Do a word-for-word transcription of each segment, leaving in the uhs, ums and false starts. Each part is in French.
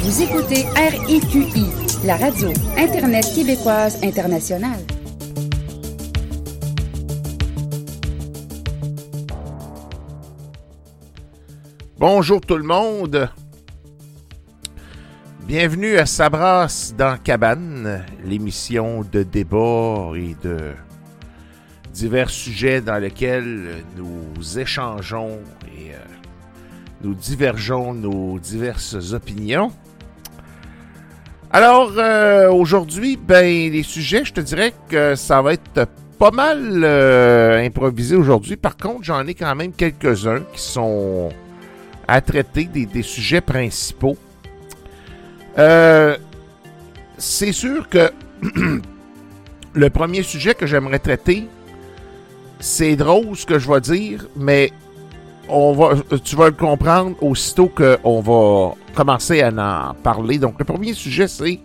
Vous écoutez R I Q I, la radio Internet québécoise internationale. Bonjour tout le monde. Bienvenue à Ça brasse dans Cabane, l'émission de débat et de divers sujets dans lesquels nous échangeons et euh, nous divergeons nos diverses opinions. Alors, euh, aujourd'hui, ben, les sujets, je te dirais que ça va être pas mal euh, improvisé aujourd'hui. Par contre, j'en ai quand même quelques-uns qui sont à traiter, des, des sujets principaux. Euh, c'est sûr que le premier sujet que j'aimerais traiter, c'est drôle ce que je vais dire, mais on va, tu vas le comprendre aussitôt qu'on va commencer à en parler. Donc, le premier sujet, c'est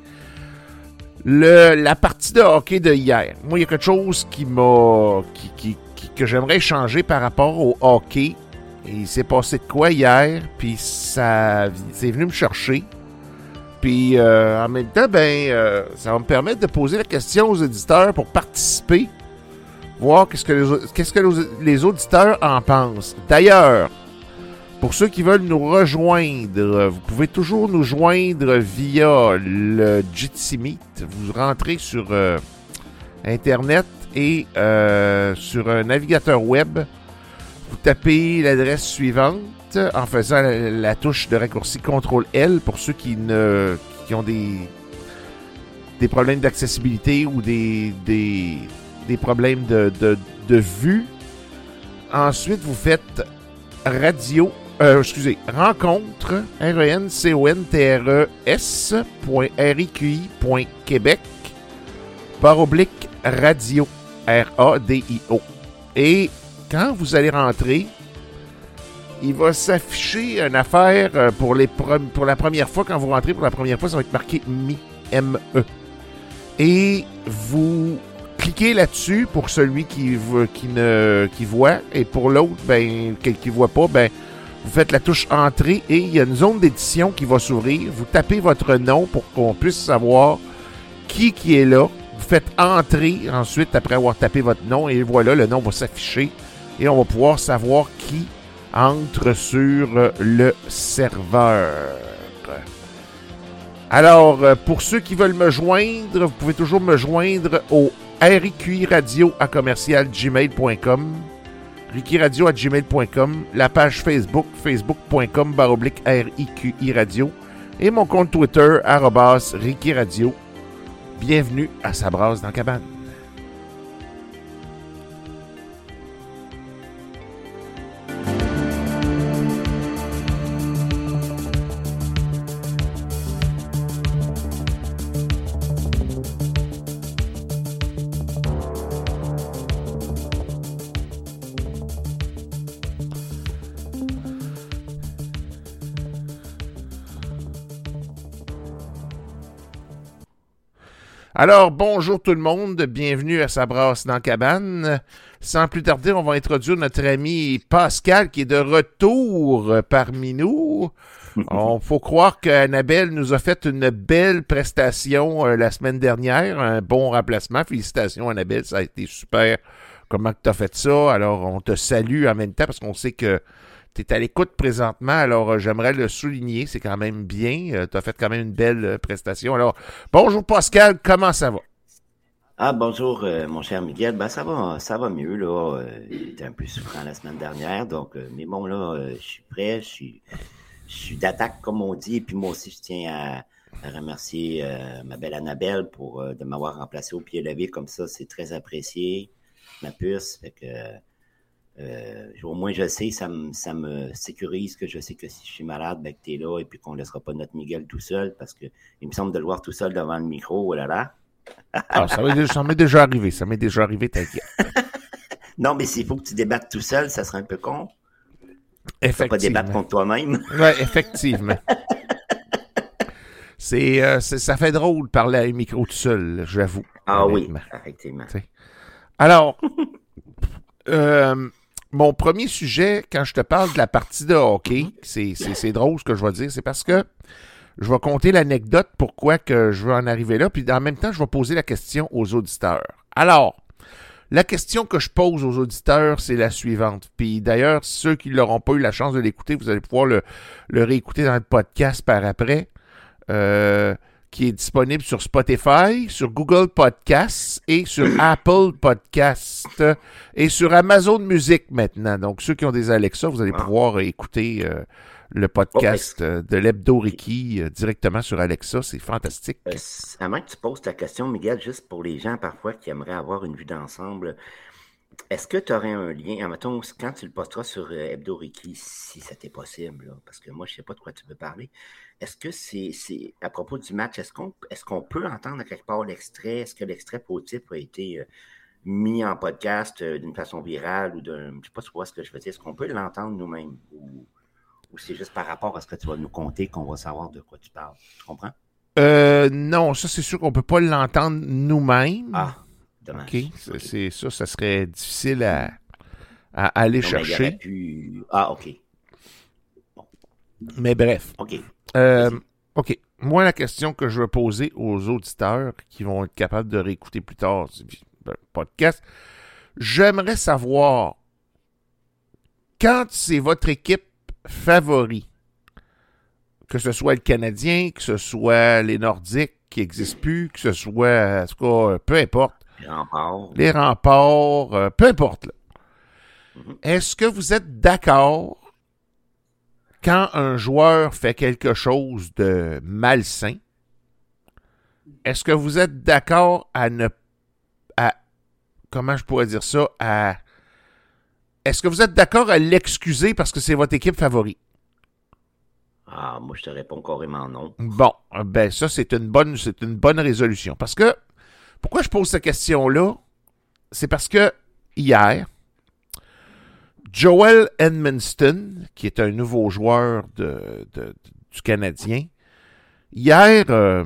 le, la partie de hockey de hier. Moi, il y a quelque chose qui m'a, qui, qui, qui, que j'aimerais changer par rapport au hockey. Et il s'est passé de quoi hier, puis ça, c'est venu me chercher. Puis euh, en même temps, ben, euh, ça va me permettre de poser la question aux auditeurs pour participer, voir qu'est-ce que les, qu'est-ce que les auditeurs en pensent. D'ailleurs, pour ceux qui veulent nous rejoindre, vous pouvez toujours nous joindre via le Jitsi Meet. Vous rentrez sur euh, Internet et euh, sur un navigateur web. Vous tapez l'adresse suivante en faisant la, la touche de raccourci contrôle L pour ceux qui, ne, qui ont des, des problèmes d'accessibilité ou des, des, des problèmes de, de, de vue. Ensuite, vous faites radio, euh, excusez, rencontre, R E N C O N T R E S point R I Q I point Québec barre oblique radio, R A D I O. Et quand vous allez rentrer, il va s'afficher une affaire pour, les pre- pour la première fois. Quand vous rentrez pour la première fois, ça va être marqué M I, M E. Et vous cliquez là-dessus pour celui qui, qui, ne, qui voit. Et pour l'autre, ben, qui ne voit pas, ben, vous faites la touche Entrée et il y a une zone d'édition qui va s'ouvrir. Vous tapez votre nom pour qu'on puisse savoir qui, qui est là. Vous faites Entrer ensuite après avoir tapé votre nom et voilà, le nom va s'afficher. Et on va pouvoir savoir qui entre sur le serveur. Alors, pour ceux qui veulent me joindre, vous pouvez toujours me joindre au R I Q I radio à commercial gmail point com, rikiradio à gmail point com, la page Facebook, facebook point com barre oblique R I Q I radio et mon compte Twitter, arobase rikiradio. Bienvenue à Ça brasse dans Cabane. Alors, bonjour tout le monde, bienvenue à Ça brasse dans Cabane. Sans plus tarder, on va introduire notre ami Pascal qui est de retour parmi nous. Il faut croire qu'Annabelle nous a fait une belle prestation euh, la semaine dernière, un bon remplacement. Félicitations Annabelle, ça a été super. Comment tu as fait ça? Alors, on te salue en même temps parce qu'on sait que tu es à l'écoute présentement, alors euh, j'aimerais le souligner, c'est quand même bien. Euh, tu as fait quand même une belle euh, prestation. Alors, bonjour Pascal, comment ça va? Ah, bonjour, euh, mon cher Miguel. Ben, ça va, ça va mieux, là. Euh, j'étais un peu souffrant la semaine dernière, donc, euh, mais bon, là, euh, je suis prêt, je suis, je suis d'attaque, comme on dit, et puis moi aussi, je tiens à, à remercier euh, ma belle Annabelle pour euh, de m'avoir remplacé au pied levé comme ça, c'est très apprécié, ma puce, fait que... Euh, au moins, je sais, ça me, ça me sécurise que je sais que si je suis malade, ben, que tu es là et puis qu'on ne laissera pas notre Miguel tout seul parce qu'il me semble de le voir tout seul devant le micro. Oh là là. Ah, ça, m'est, ça m'est déjà arrivé. Ça m'est déjà arrivé, t'inquiète. Non, mais s'il faut que tu débattes tout seul, ça serait un peu con. Effectivement. Tu vas pas débattre contre toi-même. Oui, effectivement. c'est, euh, c'est, ça fait drôle de parler à un micro tout seul, j'avoue. Ah honnêtement. Oui, effectivement. T'sais. Alors, euh, mon premier sujet, quand je te parle de la partie de hockey, c'est, c'est, c'est drôle ce que je vais dire, c'est parce que je vais compter l'anecdote pourquoi que je veux en arriver là, puis en même temps, je vais poser la question aux auditeurs. Alors, la question que je pose aux auditeurs, c'est la suivante. Puis d'ailleurs, ceux qui n'auront pas eu la chance de l'écouter, vous allez pouvoir le, le réécouter dans le podcast par après, euh, qui est disponible sur Spotify, sur Google Podcasts et sur Apple Podcasts et sur Amazon Music maintenant. Donc, ceux qui ont des Alexa, vous allez pouvoir écouter euh, le podcast euh, de l'Hebdo Ricky euh, directement sur Alexa. C'est fantastique. Euh, avant que tu poses ta question, Miguel, juste pour les gens parfois qui aimeraient avoir une vue d'ensemble, est-ce que tu aurais un lien, mettons, quand tu le posteras sur euh, Hebdo Ricky, si c'était possible, là, parce que moi, je ne sais pas de quoi tu veux parler, est-ce que c'est, c'est à propos du match, est-ce qu'on, est-ce qu'on peut entendre quelque part l'extrait? Est-ce que l'extrait positif a été euh, mis en podcast euh, d'une façon virale ou d'un, je ne sais pas si tu vois ce que je veux dire, est-ce qu'on peut l'entendre nous-mêmes ou, ou c'est juste par rapport à ce que tu vas nous conter qu'on va savoir de quoi tu parles? Tu comprends? Euh, non, ça, c'est sûr qu'on ne peut pas l'entendre nous-mêmes. Ah, dommage. OK, c'est, c'est ça, ça serait difficile à, à aller non, chercher. Mais pu... Ah, OK. Bon. Mais bref. OK. Euh, OK. Moi, la question que je veux poser aux auditeurs qui vont être capables de réécouter plus tard le podcast, j'aimerais savoir, quand c'est votre équipe favorite, que ce soit le Canadien, que ce soit les Nordiques qui n'existent plus, que ce soit, en tout cas, peu importe. Les remparts. Les remparts, euh, peu importe. Là. Mm-hmm. Est-ce que vous êtes d'accord quand un joueur fait quelque chose de malsain? Est-ce que vous êtes d'accord à ne... à comment je pourrais dire ça? À, est-ce que vous êtes d'accord à l'excuser parce que c'est votre équipe favorite? Ah, moi, je te réponds carrément non. Bon, ben ça, c'est une bonne, c'est une bonne résolution. Parce que, pourquoi je pose cette question-là? C'est parce que, hier, Joel Edmondson, qui est un nouveau joueur de, de, du Canadien, hier, euh,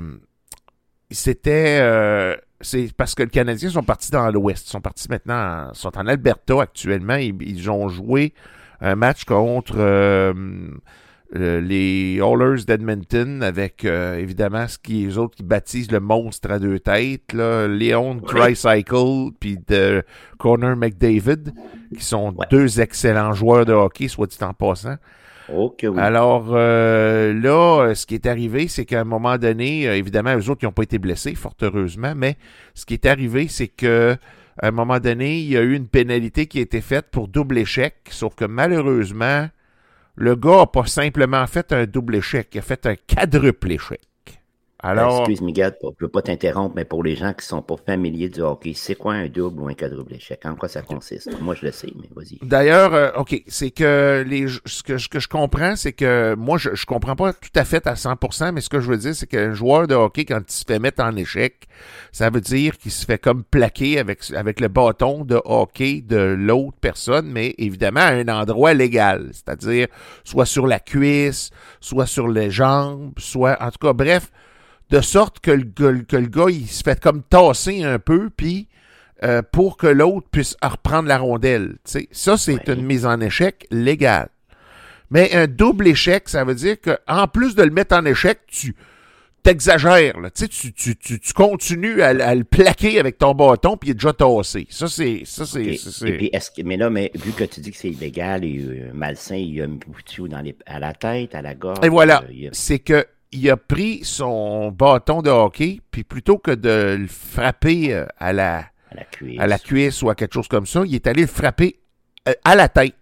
c'était... Euh, c'est parce que les Canadiens sont partis dans l'Ouest. Ils sont partis maintenant, ils sont en Alberta actuellement. Ils, ils ont joué un match contre... Euh, Euh, les Oilers d'Edmonton avec euh, évidemment ce qui les autres qui baptisent le monstre à deux têtes, là, Leon Draisaitl puis de Connor McDavid, qui sont ouais. deux excellents joueurs de hockey, soit dit en passant. Okay, oui. Alors euh, là, ce qui est arrivé, c'est qu'à un moment donné, euh, évidemment, eux autres ils n'ont pas été blessés, fort heureusement, mais ce qui est arrivé, c'est que à un moment donné, il y a eu une pénalité qui a été faite pour double échec, sauf que malheureusement, le gars n'a pas simplement fait un double échec, il a fait un quadruple échec. Alors, excuse Miguel, je ne veux pas t'interrompre, mais pour les gens qui ne sont pas familiers du hockey, c'est quoi un double ou un quadruple échec? En quoi ça consiste? Moi, je le sais, mais vas-y. D'ailleurs, euh, OK, c'est que les ce que, ce que je comprends, c'est que moi, je ne comprends pas tout à fait à cent pour cent, mais ce que je veux dire, c'est qu'un joueur de hockey, quand il se fait mettre en échec, ça veut dire qu'il se fait comme plaquer avec, avec le bâton de hockey de l'autre personne, mais évidemment à un endroit légal, c'est-à-dire soit sur la cuisse, soit sur les jambes, soit, en tout cas, bref, de sorte que le, que, que le gars, il se fait comme tasser un peu, puis euh, pour que l'autre puisse reprendre la rondelle. T'sais. Ça, c'est ouais. une mise en échec légale. Mais un double échec, ça veut dire qu'en plus de le mettre en échec, tu t'exagères. Là. Tu, tu, tu, tu continues à, à le plaquer avec ton bâton, puis il est déjà tassé. Ça, c'est... Ça, c'est, okay. c'est, c'est... Et puis, est-ce que, mais là, mais, vu que tu dis que c'est illégal et euh, malsain, il y a un couteau dans les, à la tête, à la gorge... Et voilà, euh, a... c'est que il a pris son bâton de hockey, puis plutôt que de le frapper à la, à la, cuisse. à la cuisse ou à quelque chose comme ça, il est allé le frapper à la tête.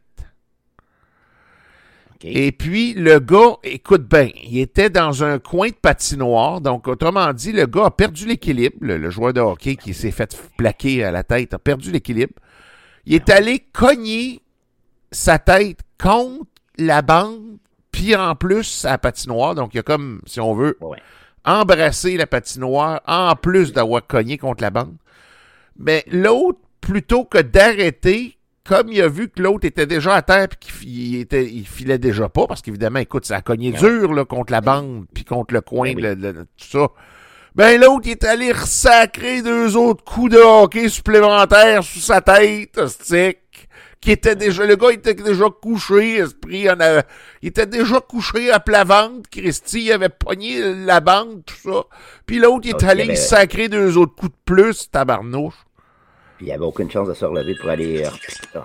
Okay. Et puis, le gars, écoute bien, il était dans un coin de patinoire, donc autrement dit, le gars a perdu l'équilibre, le, le joueur de hockey qui s'est fait plaquer à la tête a perdu l'équilibre. Il est allé cogner sa tête contre la bande, puis en plus, à la patinoire, donc il a comme, si on veut, ouais. embrassé la patinoire, en plus d'avoir cogné contre la bande. Mais l'autre, plutôt que d'arrêter, comme il a vu que l'autre était déjà à terre et qu'il était, il filait déjà pas, parce qu'évidemment, écoute, ça a cogné ouais. dur là, contre la bande, puis contre le coin, ouais, oui. le, le, tout ça. Ben l'autre, il est allé ressacrer deux autres coups de hockey supplémentaires sous sa tête, stick, qui était déjà, le gars était déjà couché, esprit, en a, il était déjà couché à plat ventre, Christy, il avait pogné la bande, tout ça. Puis l'autre, il est Donc, allé il avait... sacrer deux autres coups de plus, tabarnouche. Puis il avait aucune chance de se relever pour aller, oh,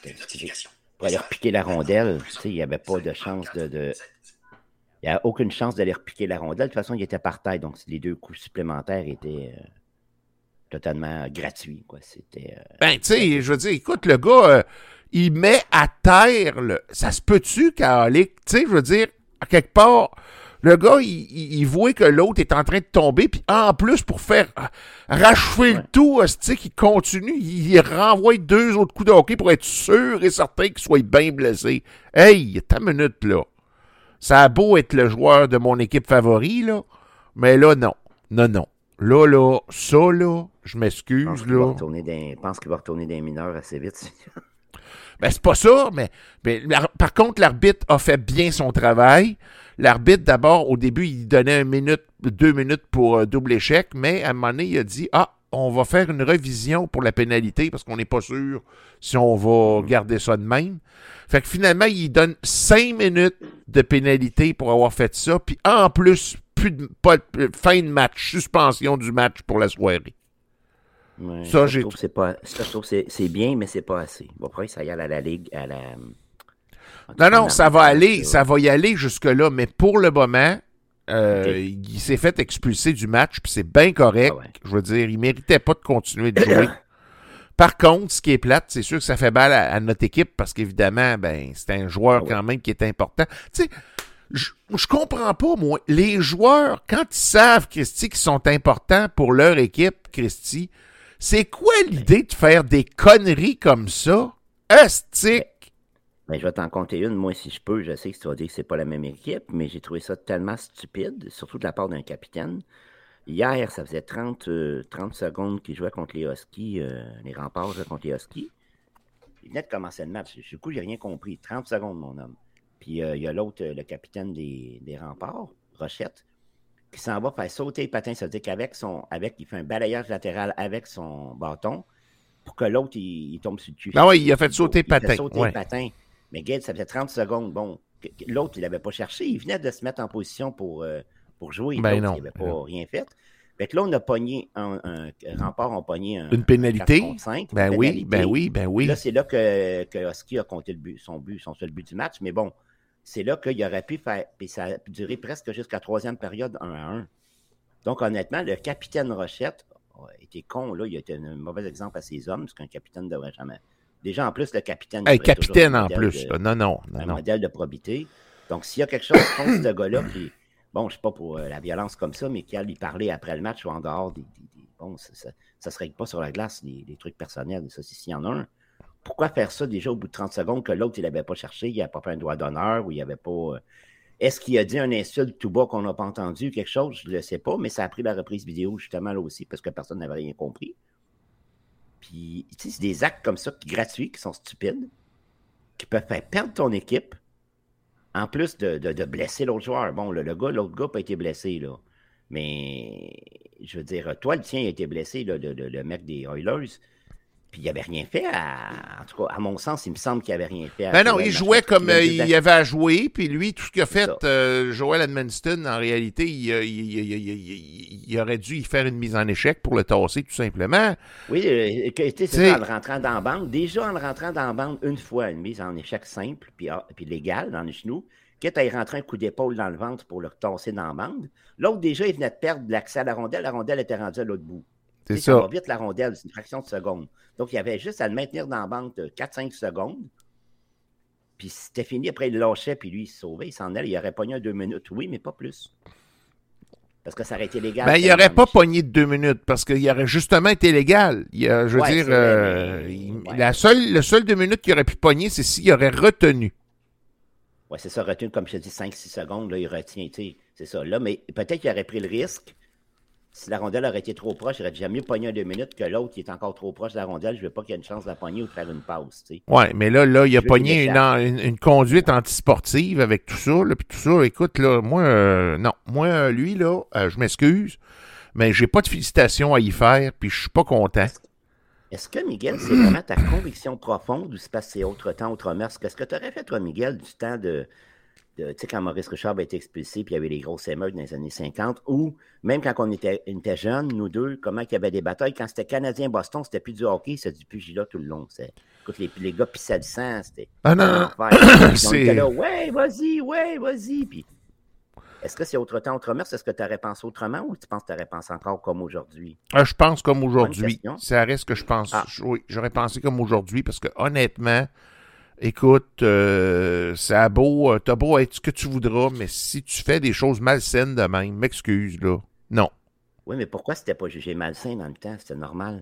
pour aller repiquer la rondelle. Tu sais, il n'y avait pas de chance de... de... Il n'y a aucune chance d'aller repiquer la rondelle. De toute façon, il était par terre, donc les deux coups supplémentaires étaient euh, totalement gratuits, quoi. C'était... Euh, ben, tu sais, je veux dire, écoute, le gars, euh, il met à terre, le... ça se peut-tu, Calic? Tu sais, je veux dire, à quelque part, le gars, il, il, il voit que l'autre est en train de tomber, puis en plus, pour faire rachever ouais. le tout, tu qu'il continue, il, il renvoie deux autres coups de hockey pour être sûr et certain qu'il soit bien blessé. Hey, ta minute, là. Ça a beau être le joueur de mon équipe favori, là, mais là, non. Non, non. Là, là, ça, là, je m'excuse, je là. Je pense qu'il va retourner dans les mineurs assez vite. Ben, c'est pas ça, mais, mais par contre, l'arbitre a fait bien son travail. L'arbitre, d'abord, au début, il donnait une minute, deux minutes pour euh, double échec, mais à un moment donné, il a dit « Ah, on va faire une révision pour la pénalité parce qu'on n'est pas sûr si on va garder ça de même. » Fait que finalement, il donne cinq minutes de pénalité pour avoir fait ça, puis en plus, plus de, pas, fin de match, suspension du match pour la soirée. Ouais, ça, ça, j'ai... je trouve que c'est pas, ça, je trouve que c'est, c'est bien, mais c'est pas assez. Bon, après, ça y aller à la Ligue, à la... Non, non, ça va aller, ça va y aller jusque-là, mais pour le moment, euh, okay. il s'est fait expulser du match, puis c'est bien correct. Ah ouais. Je veux dire, il méritait pas de continuer de jouer. Par contre, ce qui est plate, c'est sûr que ça fait mal à, à notre équipe, parce qu'évidemment, ben, c'est un joueur ah ouais. quand même qui est important. Tu sais, je, je comprends pas, moi, les joueurs, quand ils savent, Christy, qu'ils sont importants pour leur équipe, Christy, c'est quoi l'idée de faire des conneries comme ça? Astique! Ben, je vais t'en compter une, moi, si je peux. Je sais que tu vas dire que c'est pas la même équipe, mais j'ai trouvé ça tellement stupide, surtout de la part d'un capitaine. Hier, ça faisait trente, euh, trente secondes qu'il jouait contre les Huskies, euh, les remparts jouaient contre les Huskies. Il venait de commencer le match. Du coup, j'ai rien compris. trente secondes, mon homme. Puis, euh, il y a l'autre, le capitaine des, des remparts, Rochette, qui s'en va faire sauter le patin. Ça veut dire qu'avec son, avec, il fait un balayage latéral avec son bâton pour que l'autre, il, il tombe sur le cul. Ah oui, il a fait sauter le patin. Il a fait sauter ouais. le patin. Mais Gade, ça faisait trente secondes. Bon, l'autre, il l'avait pas cherché. Il venait de se mettre en position pour, euh, pour jouer. Ben non. Il n'avait pas non. rien fait. Fait que là, on a pogné, un, un, un rempart a pogné un, une pénalité. Un quatre contre cinq, ben une oui, pénalité. ben oui, ben oui. Là, c'est là que, que Husky a compté le but, son but, son seul but du match. Mais bon, c'est là qu'il aurait pu faire, puis ça a duré presque jusqu'à la troisième période, un à un. Donc, honnêtement, le capitaine Rochette a été con, là. Il a été un mauvais exemple à ses hommes, parce qu'un capitaine ne devrait jamais. Déjà, en plus, le capitaine... Hey, capitaine en plus, de, non, non, non. Un non. modèle de probité. Donc, s'il y a quelque chose contre ce gars-là, qui... Bon, je ne suis pas pour euh, la violence comme ça, mais qui a lui parler après le match ou en dehors des... des, des bon, ça ne se règle pas sur la glace, des, des trucs personnels. Ça, s'il y en a un. Pourquoi faire ça déjà au bout de trente secondes que l'autre, il n'avait pas cherché, il n'avait pas fait un doigt d'honneur ou il n'avait pas... Euh... Est-ce qu'il a dit un insulte tout bas qu'on n'a pas entendu, quelque chose? Je ne le sais pas, mais ça a pris la reprise vidéo justement là aussi parce que personne n'avait rien compris. Puis, tu sais, c'est des actes comme ça, gratuits, qui sont stupides, qui peuvent faire perdre ton équipe, en plus de, de, de blesser l'autre joueur. Bon, le, le gars, l'autre gars n'a pas été blessé, là. Mais, je veux dire, toi, le tien a été blessé, là, le, le, le mec des Oilers. Puis, il n'avait rien fait. À, en tout cas, à mon sens, il me semble qu'il n'avait rien fait. À ben non, il jouait comme euh, il avait à jouer. Puis lui, tout ce qu'il a fait, euh, Joel Edmonston, en réalité, il, il, il, il, il, il aurait dû y faire une mise en échec pour le tasser, tout simplement. Oui, euh, c'est ça, en le rentrant dans la bande. Déjà, en le rentrant dans la bande, une fois, une mise en échec simple, puis, puis légale, dans les genoux, quitte à y rentrer un coup d'épaule dans le ventre pour le tasser dans la bande. L'autre, déjà, il venait de perdre l'accès à la rondelle. La rondelle était rendue à l'autre bout. C'est ça. Ça va vite, la rondelle, c'est une fraction de seconde. Donc, il y avait juste à le maintenir dans la banque de quatre à cinq secondes. Puis, c'était fini. Après, il lâchait, puis lui, il se sauvait. Il s'en allait. Il aurait pogné un deux minutes. Oui, mais pas plus. Parce que ça aurait été légal. Ben, il n'aurait pas pogné de deux minutes, parce qu'il aurait justement été légal. Il a, je veux ouais, dire, euh, mais... il, ouais. la seule, le seul deux minutes qu'il aurait pu pogner, c'est s'il aurait retenu. Oui, c'est ça, retenu, comme je te dis, cinq à six secondes, là, il retient, tu sais, c'est ça. Là, mais peut-être qu'il aurait pris le risque. Si la rondelle aurait été trop proche, il aurait déjà mieux pogné un deux minutes que l'autre qui est encore trop proche de la rondelle. Je ne veux pas qu'il y ait une chance de la pogner ou de faire une pause. Tu sais. Oui, mais là, là, il a pogné une, une, une conduite antisportive avec tout ça. Là, puis tout ça, écoute, là, moi, euh, non. Moi, lui, là, euh, je m'excuse, mais j'ai pas de félicitations à y faire, puis je suis pas content. est-ce que, Miguel, c'est vraiment ta conviction profonde ou c'est parce que c'est autre temps, autre mœurs? Qu'est-ce que tu aurais fait, toi, Miguel, du temps de... de tu sais, quand Maurice Richard a été expulsé, puis il y avait les grosses émeutes dans les années cinquante, ou même quand on était, on était jeunes, nous deux, comment il y avait des batailles, quand c'était Canadien-Boston, c'était plus du hockey, c'était du pugilat tout le long. C'est... Écoute, les, les gars pissaient du sang, c'était... Ah non, non, on était là, ouais, vas-y, ouais, vas-y, puis... Est-ce que c'est autre temps, autre mœurs? Est-ce que tu aurais pensé autrement ou tu penses que tu aurais pensé encore comme aujourd'hui? Ah, je pense comme aujourd'hui. Ça reste que je pense. Ah. Oui, j'aurais pensé comme aujourd'hui parce que honnêtement, écoute, euh, ça a beau, t'as beau être ce que tu voudras, mais si tu fais des choses malsaines de même, m'excuse, là. Non. Oui, mais pourquoi c'était pas jugé malsain dans le temps? C'était normal.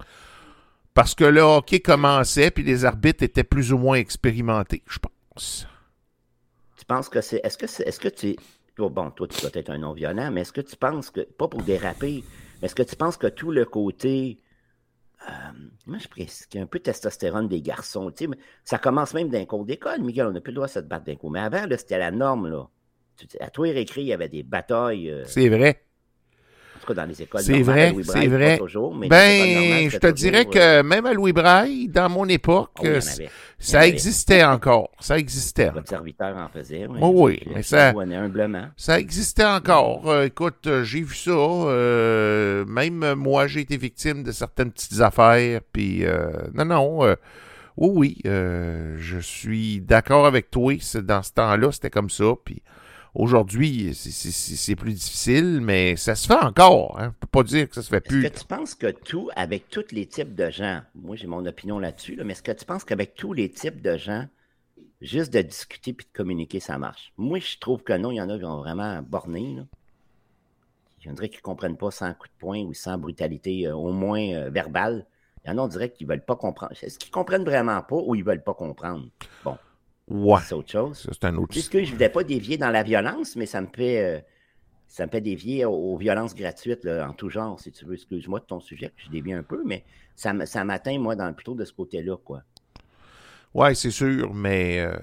Parce que le hockey commençait puis les arbitres étaient plus ou moins expérimentés, je pense. Tu penses que c'est... Est-ce que c'est... Est-ce que tu... Bon, toi, tu dois être un non-violent, mais est-ce que tu penses que, pas pour déraper, mais est-ce que tu penses que tout le côté, euh, moi je précise qu'il y a un peu de testostérone des garçons, tu sais, ça commence même d'un cours d'école, Miguel, on n'a plus le droit de se battre d'un coup, mais avant, là, c'était la norme, là. À toi et récré, il y avait des batailles. Euh, c'est vrai. En tout cas, dans les écoles c'est normales, vrai, c'est vrai. Toujours, mais ben, normales, je te toujours, dirais que euh, même à Louis Braille, dans mon époque, oh, oui, ça existait encore. Ça existait. Le serviteur en faisait. Oui, oh, oui mais ça, humblement. ça existait encore. Euh, écoute, euh, j'ai vu ça. Euh, même moi, j'ai été victime de certaines petites affaires. Puis, euh, non, non. Euh, oui, oui. Euh, je suis d'accord avec toi. Dans ce temps-là, c'était comme ça. Puis, aujourd'hui, c'est, c'est, c'est plus difficile, mais ça se fait encore. Hein. On ne peut pas dire que ça se fait plus. Est-ce que tu penses que tout, avec tous les types de gens, moi j'ai mon opinion là-dessus, là, mais est-ce que tu penses qu'avec tous les types de gens, juste de discuter puis de communiquer, ça marche? Moi, je trouve que non, il y en a qui ont vraiment borné. Là. Il y en a qui ne comprennent pas sans coup de poing ou sans brutalité, euh, au moins euh, verbale. Il y en a, on dirait qu'ils ne veulent pas comprendre. Est-ce qu'ils ne comprennent vraiment pas ou ils ne veulent pas comprendre? Bon. Ouais. C'est autre chose. Ça, c'est un autre... Puisque je ne voulais pas dévier dans la violence, mais ça me fait, euh, ça me fait dévier aux, aux violences gratuites là, en tout genre, si tu veux. Excuse-moi de ton sujet, je dévie un peu, mais ça, ça m'atteint, moi, dans, plutôt de ce côté-là, quoi. Ouais, c'est sûr, mais... Euh...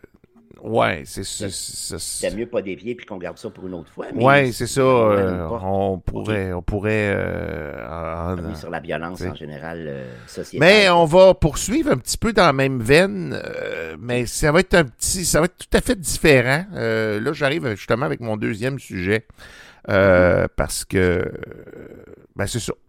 Ouais, c'est ça. C'est mieux pas dévier puis qu'on garde ça pour une autre fois. Mais ouais, c'est ça. Euh, on pourrait, okay. on pourrait euh, en, oui, sur la violence en général euh, sociétale. Mais on va poursuivre un petit peu dans la même veine, euh, mais ça va être un petit, ça va être tout à fait différent. Euh, là, j'arrive justement avec mon deuxième sujet euh, mm-hmm. parce que, ben c'est ça.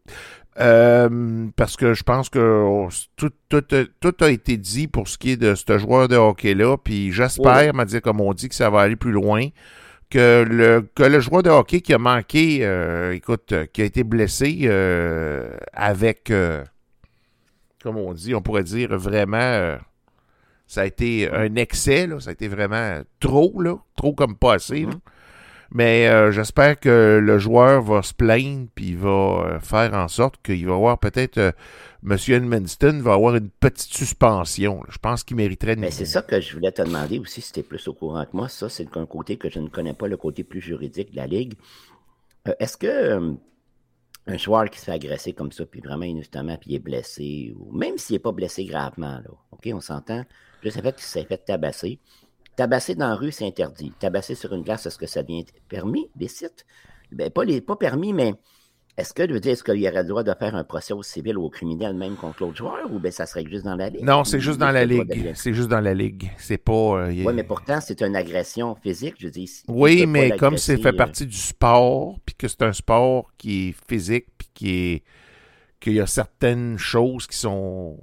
Euh, parce que je pense que tout, tout, tout a été dit pour ce qui est de ce joueur de hockey-là, puis j'espère, m'a dit comme on dit, que ça va aller plus loin, que le, que le joueur de hockey qui a manqué, euh, écoute, qui a été blessé euh, avec, euh, comme on dit, on pourrait dire vraiment, euh, ça a été un excès, là, ça a été vraiment trop, là, trop comme pas assez, là. Mais euh, j'espère que le joueur va se plaindre puis il va euh, faire en sorte qu'il va avoir peut-être euh, M. Edmundston va avoir une petite suspension. Là. Je pense qu'il mériterait... Une... Mais c'est ça que je voulais te demander aussi, si tu es plus au courant que moi. Ça, c'est un côté que je ne connais pas, le côté plus juridique de la Ligue. Euh, est-ce que euh, un joueur qui se fait agresser comme ça, puis vraiment injustement, puis il est blessé, ou même s'il n'est pas blessé gravement, là, OK, on s'entend, juste le fait qu'il s'est fait tabasser, tabasser dans la rue, c'est interdit. Tabasser sur une glace, est-ce que ça devient permis, les sites? Ben, pas, les, pas permis, mais est-ce que, je veux dire, est-ce qu'il y aurait le droit de faire un procès au civil ou au criminel même contre l'autre joueur, ou bien ça serait juste dans la Ligue? Non, c'est juste dans la Ligue. C'est juste dans la Ligue. C'est pas... Euh, oui, a... mais pourtant, c'est une agression physique, je dis. Oui, mais comme c'est fait partie du sport, puis que c'est un sport qui est physique, puis qui est... qu'il y a certaines choses qui sont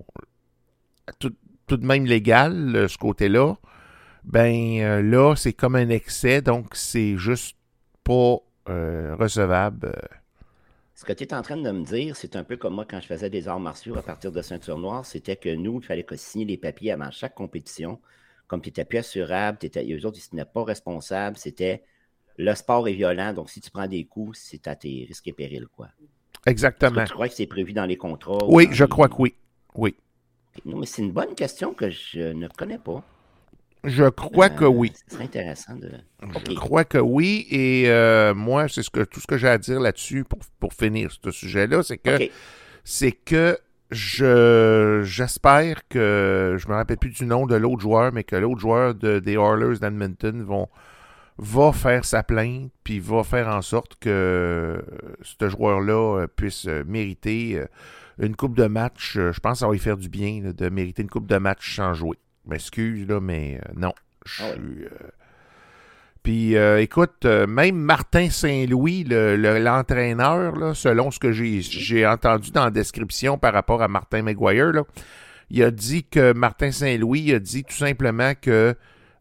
tout, tout de même légales, ce côté-là, ben euh, là, c'est comme un excès, donc c'est juste pas euh, recevable. Ce que tu es en train de me dire, c'est un peu comme moi quand je faisais des arts martiaux à partir de ceinture noire, c'était que nous, il fallait que signer les papiers avant chaque compétition. Comme tu n'étais plus assurable, eux autres, ils n'étaient pas responsables, c'était le sport est violent, donc si tu prends des coups, c'est à tes risques et périls, quoi. Exactement. Tu crois que c'est prévu dans les contrats? Oui, je les... crois que oui. Oui. Non, mais c'est une bonne question que je ne connais pas. Je crois euh, que oui. C'est intéressant de... Okay. Je crois que oui. Et euh, moi, c'est ce que tout ce que j'ai à dire là-dessus pour, pour finir ce sujet-là, c'est que okay. c'est que je j'espère que je me rappelle plus du nom de l'autre joueur, mais que l'autre joueur de, des Oilers d'Edmonton vont va faire sa plainte, puis va faire en sorte que ce joueur-là puisse mériter une coupe de match. Euh, je pense que ça va lui faire du bien là, de mériter une coupe de match sans jouer. Je m'excuse, là, mais euh, non. Je Ah suis... oui. Euh... Puis, euh, écoute, euh, même Martin Saint-Louis, le, le, l'entraîneur, là, selon ce que j'ai, j'ai entendu dans la description par rapport à Martin McGuire, là, il a dit que Martin Saint-Louis a dit tout simplement que...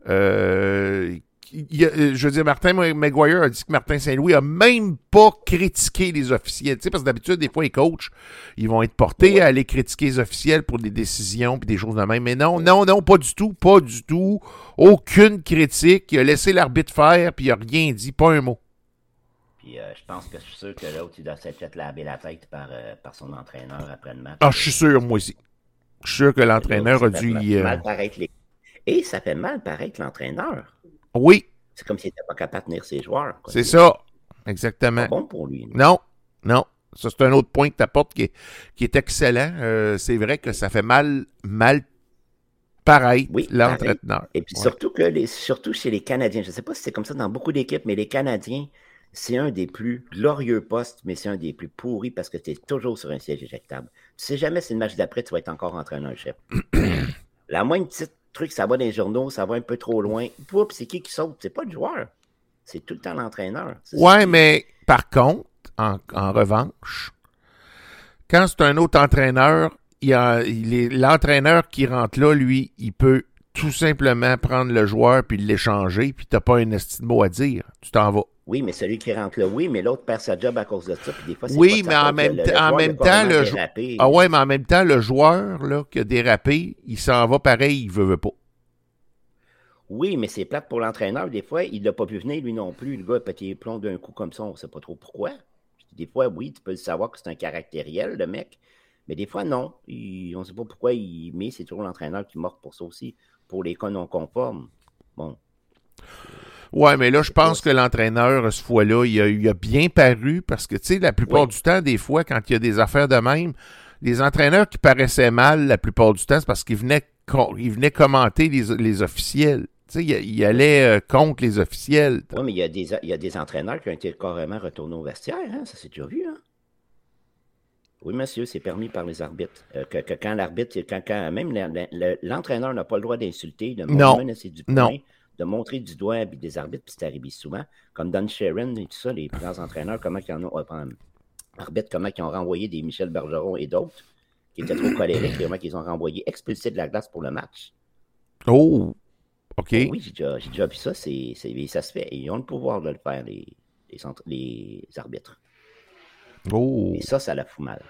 Euh, il a, je veux dire, Martin McGuire a dit que Martin Saint-Louis a même pas critiqué les officiels. Tu sais, parce que d'habitude, des fois, les coachs, ils vont être portés ouais. à aller critiquer les officiels pour des décisions puis des choses de même. Mais non, non, non, pas du tout, pas du tout. Aucune critique. Il a laissé l'arbitre faire puis il a rien dit, pas un mot. Puis euh, je pense que je suis sûr que l'autre, il doit s'être fait laver la tête par, euh, par son entraîneur après le match. Ah, je suis sûr, moi aussi. Je suis sûr que l'entraîneur a dû... Mal, euh... mal paraître les... Et ça fait mal paraître l'entraîneur. Oui. C'est comme s'il n'était pas capable de tenir ses joueurs. Quoi. C'est ça. Exactement. C'est pas bon pour lui. Non, non. Ça, c'est un autre point que tu apportes qui est, qui est excellent. Euh, c'est vrai que ça fait mal, mal paraître oui, l'entraîneur. Pareil. Et puis ouais. surtout, que les, surtout chez les Canadiens. Je ne sais pas si c'est comme ça dans beaucoup d'équipes, mais les Canadiens, c'est un des plus glorieux postes, mais c'est un des plus pourris parce que tu es toujours sur un siège éjectable. Tu sais jamais si le match d'après, tu vas être encore entraîneur-chef. La moindre petite truc, ça va dans les journaux, ça va un peu trop loin. Poups, c'est qui qui saute? C'est pas le joueur. C'est tout le temps l'entraîneur. C'est ouais, qui... mais par contre, en, en revanche, quand c'est un autre entraîneur, il y a, il est, l'entraîneur qui rentre là, lui, il peut tout simplement prendre le joueur puis l'échanger, puis t'as pas un esti de mot à dire. Tu t'en vas. Oui, mais celui qui rentre là, oui, mais l'autre perd sa job à cause de ça. Puis des fois, c'est oui, pas mais en même, le, t- le en même temps, le joueur. Ah ouais, mais en même temps, le joueur là, qui a dérapé, il s'en va pareil, il veut, veut pas. Oui, mais c'est plate pour l'entraîneur. Des fois, il l'a pas pu venir, lui non plus. Le gars a pété les plombs d'un coup comme ça, on ne sait pas trop pourquoi. Des fois, oui, tu peux le savoir que c'est un caractériel, le mec. Mais des fois, non. Il, on ne sait pas pourquoi il met. C'est toujours l'entraîneur qui mord pour ça aussi. Pour les cas non conformes. Bon. Ouais, mais là, je pense que l'entraîneur, ce fois-là, il a, il a bien paru parce que, tu sais, la plupart oui. du temps, des fois, quand il y a des affaires de même, les entraîneurs qui paraissaient mal, la plupart du temps, c'est parce qu'ils venaient, ils venaient commenter les, les officiels. Tu sais, il, il allait euh, contre les officiels. Oui, mais il y, a des, il y a des entraîneurs qui ont été carrément retournés au vestiaire, hein? Ça s'est déjà vu, hein? Oui, monsieur, c'est permis par les arbitres. Euh, que, que quand l'arbitre, quand, quand même le, le, l'entraîneur n'a pas le droit d'insulter, de menacer du point, de montrer du doigt des arbitres, puis c'est arrivé souvent, comme Don Sharon et tout ça, les grands entraîneurs, comment ils en ont, euh, arbitres, comment ils ont renvoyé des Michel Bergeron et d'autres, qui étaient trop colériques, comment ils ont renvoyé expulsés de la glace pour le match. Oh! OK. Oh, oui, j'ai déjà, j'ai déjà vu ça, c'est, c'est, ça se fait. Ils ont le pouvoir de le faire, les, les, centres, les arbitres. Oh! Et ça, ça la fout mal.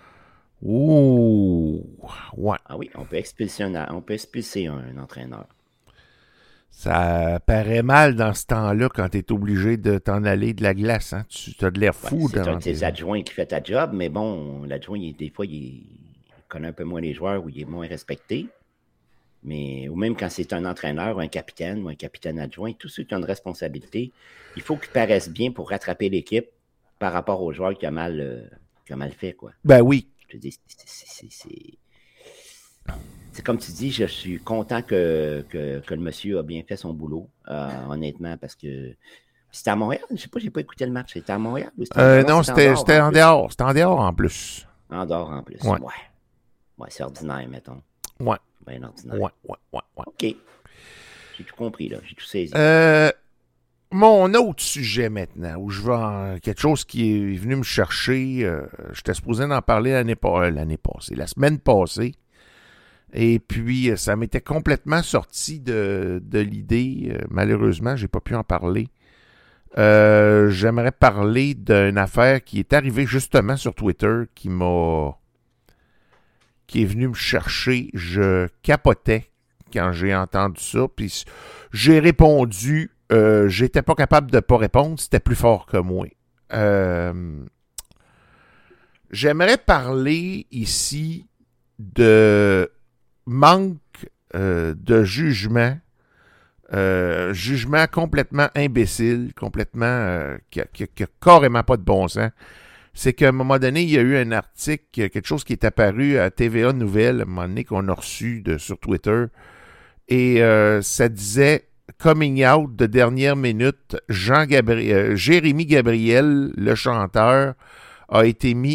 Oh! Ouais. Ah oui, on peut expulser un, on peut expulser un, un entraîneur. Ça paraît mal dans ce temps-là quand tu es obligé de t'en aller de la glace. Hein? Tu as de l'air fou. Ouais, c'est un de tes adjoints qui fait ta job, mais bon, l'adjoint, il, des fois, il, il connaît un peu moins les joueurs ou il est moins respecté. Mais, ou même quand c'est un entraîneur, ou un capitaine, ou un capitaine adjoint, tous ceux qui ont une responsabilité, il faut qu'ils paraissent bien pour rattraper l'équipe par rapport au joueur qui a mal, euh, qui a mal fait, quoi. Ben oui. Je te dis, c'est, c'est, c'est, c'est... c'est comme tu dis, je suis content que, que, que le monsieur a bien fait son boulot, euh, honnêtement, parce que c'était à Montréal, je sais pas, j'ai pas écouté le match, c'était à Montréal ou c'était euh, en Non, c'était, en c'était en dehors, c'était en dehors en plus. En dehors en plus, ouais. Ouais, ouais c'est ordinaire, mettons. Ouais. Bien ordinaire. Ouais, ouais, ouais, ouais. OK. J'ai tout compris, là. J'ai tout saisi. Euh, mon autre sujet maintenant, où je vais en, quelque chose qui est venu me chercher, euh, j'étais supposé en parler l'année, euh, l'année passée, la semaine passée. Et puis, ça m'était complètement sorti de, de l'idée. Euh, malheureusement, j'ai pas pu en parler. Euh, j'aimerais parler d'une affaire qui est arrivée justement sur Twitter, qui m'a... qui est venu me chercher. Je capotais quand j'ai entendu ça. Puis j'ai répondu. Euh, j'étais pas capable de pas répondre. C'était plus fort que moi. Euh, j'aimerais parler ici de manque euh, de jugement. Euh, jugement complètement imbécile, complètement euh, qui, a, qui, a, qui a carrément pas de bon sens. C'est qu'à un moment donné, il y a eu un article, quelque chose qui est apparu à T V A Nouvelles, à un moment donné, qu'on a reçu de, sur Twitter, et euh, ça disait « Coming out de dernière minute, Jean Gabriel, euh, Jérémy Gabriel, le chanteur, a été mis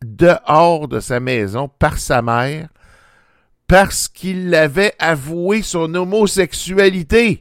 dehors de sa maison par sa mère parce qu'il avait avoué son homosexualité.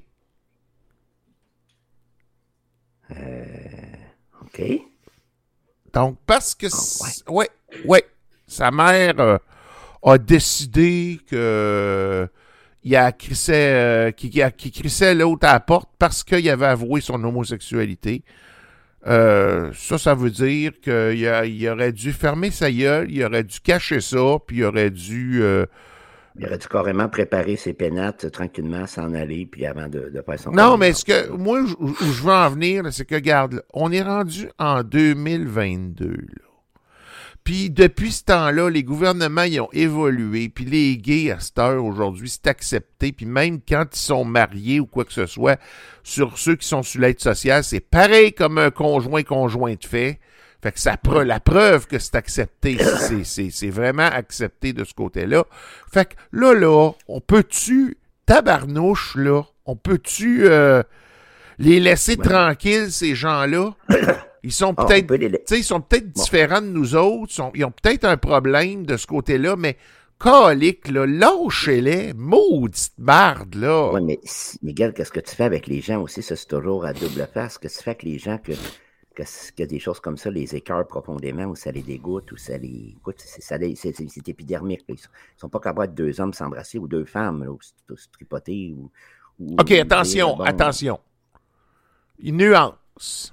Euh, OK. Donc, parce que... Oh, ouais. ouais, ouais. Sa mère euh, a décidé que... Il a crissé, euh, qui, a, qui crissait l'autre à la porte parce qu'il avait avoué son homosexualité. Euh, ça, ça veut dire qu'il a, il aurait dû fermer sa gueule, il aurait dû cacher ça, puis il aurait dû... Euh, il aurait dû carrément préparer ses pénates tranquillement, s'en aller, puis avant de, de faire son... Non, mais ce que moi, où, où je veux en venir, là, c'est que, regarde, là, on est rendu en deux mille vingt-deux, là. Puis depuis ce temps-là, les gouvernements ils ont évolué, puis les gays à cette heure aujourd'hui, c'est accepté, puis même quand ils sont mariés ou quoi que ce soit, sur ceux qui sont sur l'aide sociale, c'est pareil comme un conjoint-conjoint de fait. Fait que ça pre- la preuve que c'est accepté, c'est, c'est, c'est vraiment accepté de ce côté-là. Fait que là, là, on peut-tu, tabarnouche, là, on peut-tu euh, les laisser ouais. tranquilles, ces gens-là? Ils sont oh, peut-être, les... ils sont peut-être bon. différents de nous autres, sont, ils ont peut-être un problème de ce côté-là, mais calique, là, lâchez-les, maudite marde, là. Oui, mais Miguel, qu'est-ce que tu fais avec les gens aussi? Ça, c'est toujours à double face. Qu'est-ce que tu fais avec les gens que, que, que des choses comme ça les écœurent profondément, ou ça les dégoûte, ou ça les... Écoute, c'est, ça les, c'est, c'est, c'est épidermique. Là. Ils sont, ils sont pas capables de deux hommes s'embrasser, ou deux femmes, là, ou se tripoter, ou... ou OK, attention, bon, attention. Une nuance.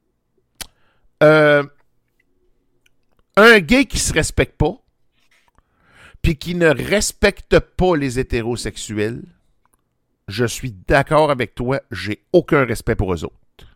Euh, un gay qui se respecte pas, puis qui ne respecte pas les hétérosexuels, je suis d'accord avec toi, j'ai aucun respect pour eux autres.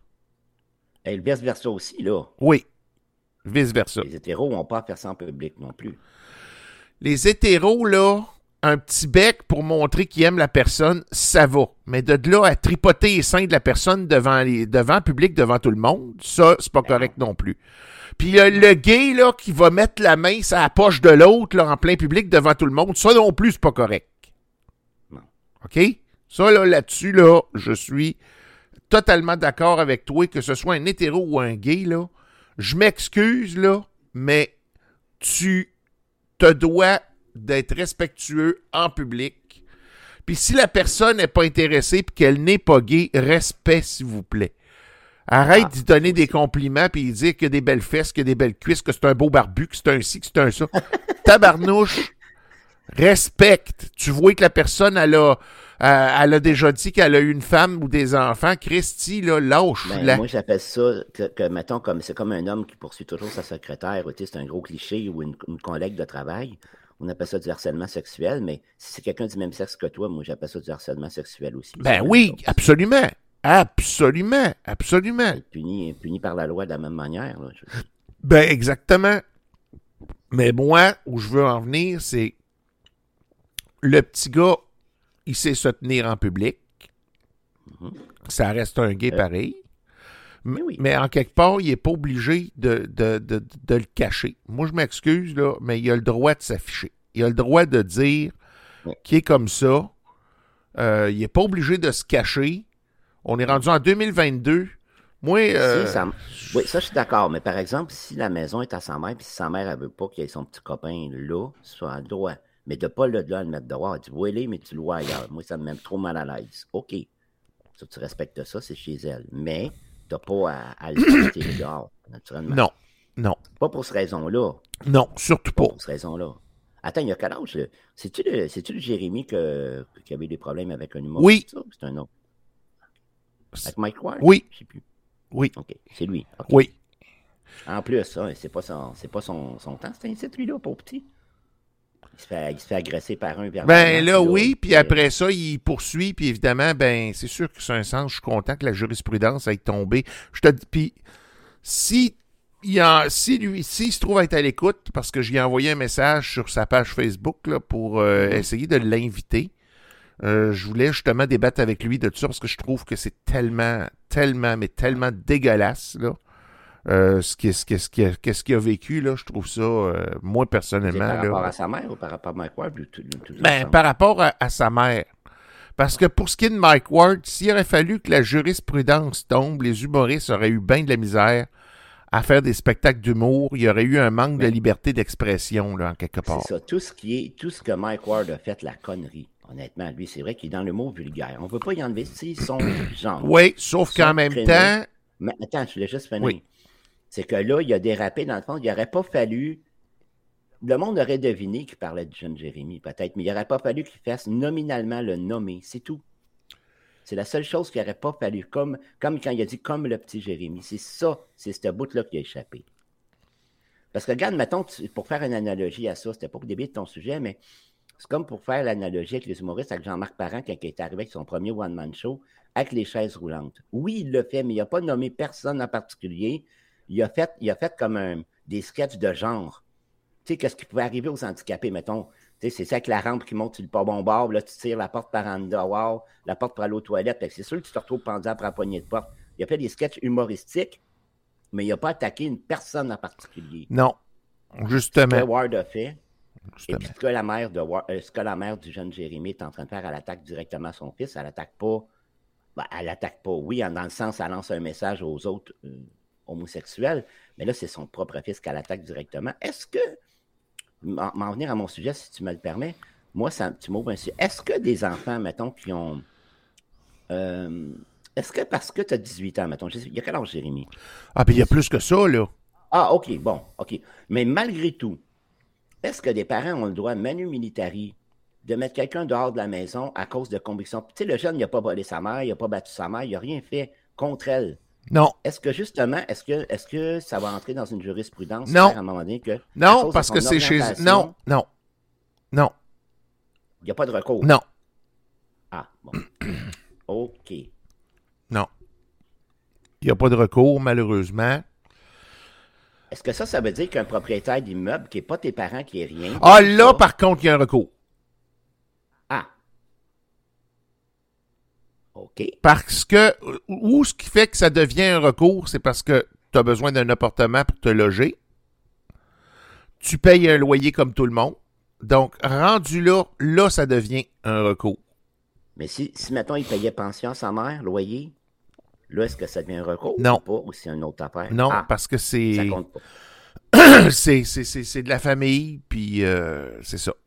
Et le vice-versa aussi, là. Oui, vice-versa. Les hétéros n'ont pas à faire ça en public non plus. Les hétéros, là, un petit bec pour montrer qu'ils aiment la personne, ça va. Mais de là à tripoter les seins de la personne devant les, devant le public, devant tout le monde, ça, c'est pas correct non plus. Puis le, le gay, là, qui va mettre la main sur la poche de l'autre, là, en plein public, devant tout le monde, ça non plus, c'est pas correct. Non. OK? Ça, là, là-dessus, là, je suis totalement d'accord avec toi, que ce soit un hétéro ou un gay, là. Je m'excuse, là, mais tu te dois d'être respectueux en public. Puis si la personne n'est pas intéressée et qu'elle n'est pas gay, respect, s'il vous plaît. Arrête ah, d'y donner des compliments puis dire qu'il y a des belles fesses, qu'il y a des belles cuisses, que c'est un beau barbu, que c'est un ci, que c'est un ça. Tabarnouche, respecte. Tu vois que la personne, elle a, elle a déjà dit qu'elle a eu une femme ou des enfants. Christy, là, lâche-la. Ben, moi, j'appelle ça, que, que mettons, comme, c'est comme un homme qui poursuit toujours sa secrétaire. Tu sais, c'est un gros cliché, ou une, une collègue de travail. On appelle ça du harcèlement sexuel, mais si c'est quelqu'un du même sexe que toi, moi, j'appelle ça du harcèlement sexuel aussi. Ben oui, absolument. Absolument. Absolument. Puni, puni par la loi de la même manière. Là, je... Ben, exactement. Mais moi, où je veux en venir, c'est le petit gars, il sait se tenir en public. Mm-hmm. Ça reste un gay euh, pareil. Mais, oui. mais en quelque part, il n'est pas obligé de, de, de, de le cacher. Moi, je m'excuse, là, mais il a le droit de s'afficher. Il a le droit de dire oui. qu'il est comme ça. Euh, il n'est pas obligé de se cacher. On est rendu en deux mille vingt-deux. Moi, euh... si, ça, oui, ça, je suis d'accord. Mais par exemple, si la maison est à sa mère, puis si sa mère ne veut pas qu'il y ait son petit copain là, soit le droit. Mais de ne pas le, là, le mettre dehors. Tu vois, mais tu le vois ailleurs. Moi, ça me met trop mal à l'aise. OK. Ça, tu respectes ça, c'est chez elle. Mais tu n'as pas à, à le porter dehors, naturellement. Non. Non. Pas pour cette raison-là. Non, surtout pas. Pas pour cette raison-là. Attends, il y a quel âge? Là? C'est-tu le, c'est-tu le Jérémy que, qui avait des problèmes avec un humoriste? Oui. Ça, c'est un autre. Avec Mike Ward? Oui. Je sais plus. Oui. OK, c'est lui. Okay. Oui. En plus, hein, c'est pas son, c'est pas son, son temps, c'est un site, lui-là, pauvre petit. Il se fait, il se fait agresser par un. Par ben là, oui, puis après ça, il poursuit, puis évidemment, ben c'est sûr que c'est un sens, je suis content que la jurisprudence ait tombé. Je te dis, puis si, il a, si lui, s'il se trouve à être à l'écoute, parce que j'ai envoyé un message sur sa page Facebook là, pour euh, mm-hmm. essayer de l'inviter, euh, je voulais justement débattre avec lui de tout ça, parce que je trouve que c'est tellement, tellement, mais tellement dégueulasse, là. Euh, ce qu'il ce qui, ce qui, ce qui a vécu, là, je trouve ça, euh, moi, personnellement... C'est par là, rapport à sa mère ou par rapport à Mike Ward? Tout, tout ben, par rapport à, à sa mère. Parce que pour ce qui est de Mike Ward, s'il aurait fallu que la jurisprudence tombe, les humoristes auraient eu bien de la misère à faire des spectacles d'humour, il y aurait eu un manque de liberté d'expression, là, en quelque part. C'est ça. Tout ce qui est, tout ce que Mike Ward a fait, la connerie, honnêtement, lui, c'est vrai qu'il est dans l'humour vulgaire. On ne veut pas y enlever, c'est son genre. Oui, sauf qu'en même créneau. temps... Mais attends, je voulais juste finir. Oui. C'est que là, il a dérapé, dans le fond, il n'aurait pas fallu... Le monde aurait deviné qu'il parlait du jeune Jérémy, peut-être, mais il n'aurait pas fallu qu'il fasse nominalement le nommer, c'est tout. C'est la seule chose qu'il n'aurait pas fallu, comme, comme quand il a dit « comme le petit Jérémy ». C'est ça, c'est ce bout-là qui a échappé. Parce que regarde, mettons, tu, pour faire une analogie à ça, c'était pas au début de ton sujet, mais c'est comme pour faire l'analogie avec les humoristes, avec Jean-Marc Parent, quand il est arrivé avec son premier one-man show, avec les chaises roulantes. Oui, il l'a fait, mais il n'a pas nommé personne en particulier. Il a fait, il a fait comme un, des sketchs de genre. Tu sais, qu'est-ce qui pouvait arriver aux handicapés, mettons. Tu sais, c'est ça avec la rampe qui monte sur le pas bon bord, là, tu tires la porte par en dehors, la porte pour aller aux toilettes. C'est sûr que tu te retrouves pendu après la poignée de porte. Il a fait des sketchs humoristiques, mais il n'a pas attaqué une personne en particulier. Non, justement. Ce que Ward a fait, justement. et puis ce que, la mère de Ward, euh, ce que la mère du jeune Jérémy est en train de faire, elle attaque directement son fils. Elle attaque pas, ben, elle attaque pas, oui, dans le sens, elle lance un message aux autres euh, homosexuels, mais là, c'est son propre fils qu'elle attaque directement. Est-ce que, m'en venir à mon sujet, si tu me le permets, moi, ça, tu m'ouvres un sujet. Est-ce que des enfants, mettons, qui ont... Euh, est-ce que parce que tu as dix-huit ans, mettons, il y a quel âge, Jérémy? Ah, puis il y a plus que ça, là. Ah, OK, bon, OK. Mais malgré tout, est-ce que des parents ont le droit, manu militari, de mettre quelqu'un dehors de la maison à cause de convictions? Tu sais, le jeune, il n'a pas volé sa mère, il n'a pas battu sa mère, il n'a rien fait contre elle. Non. Est-ce que justement, est-ce que, est-ce que ça va entrer dans une jurisprudence non. à un moment donné que... Non, parce que c'est chez... Non, non, non. Il n'y a pas de recours? Non. Ah, bon. OK. Non. Il n'y a pas de recours, malheureusement. Est-ce que ça, ça veut dire qu'un propriétaire d'immeuble qui n'est pas tes parents, qui est rien... Ah, là, ça, par contre, il y a un recours. Ah. OK. Parce que, ou ce qui fait que ça devient un recours, c'est parce que tu as besoin d'un appartement pour te loger. Tu payes un loyer comme tout le monde. Donc, rendu là, là, ça devient un recours. Mais si, si mettons, il payait pension à sa mère, loyer, là, est-ce que ça devient un recours? Non. Ou pas? Ou c'est une autre affaire? Non, ah, parce que c'est... Ça compte pas. c'est, c'est, c'est, c'est de la famille, puis euh, c'est ça.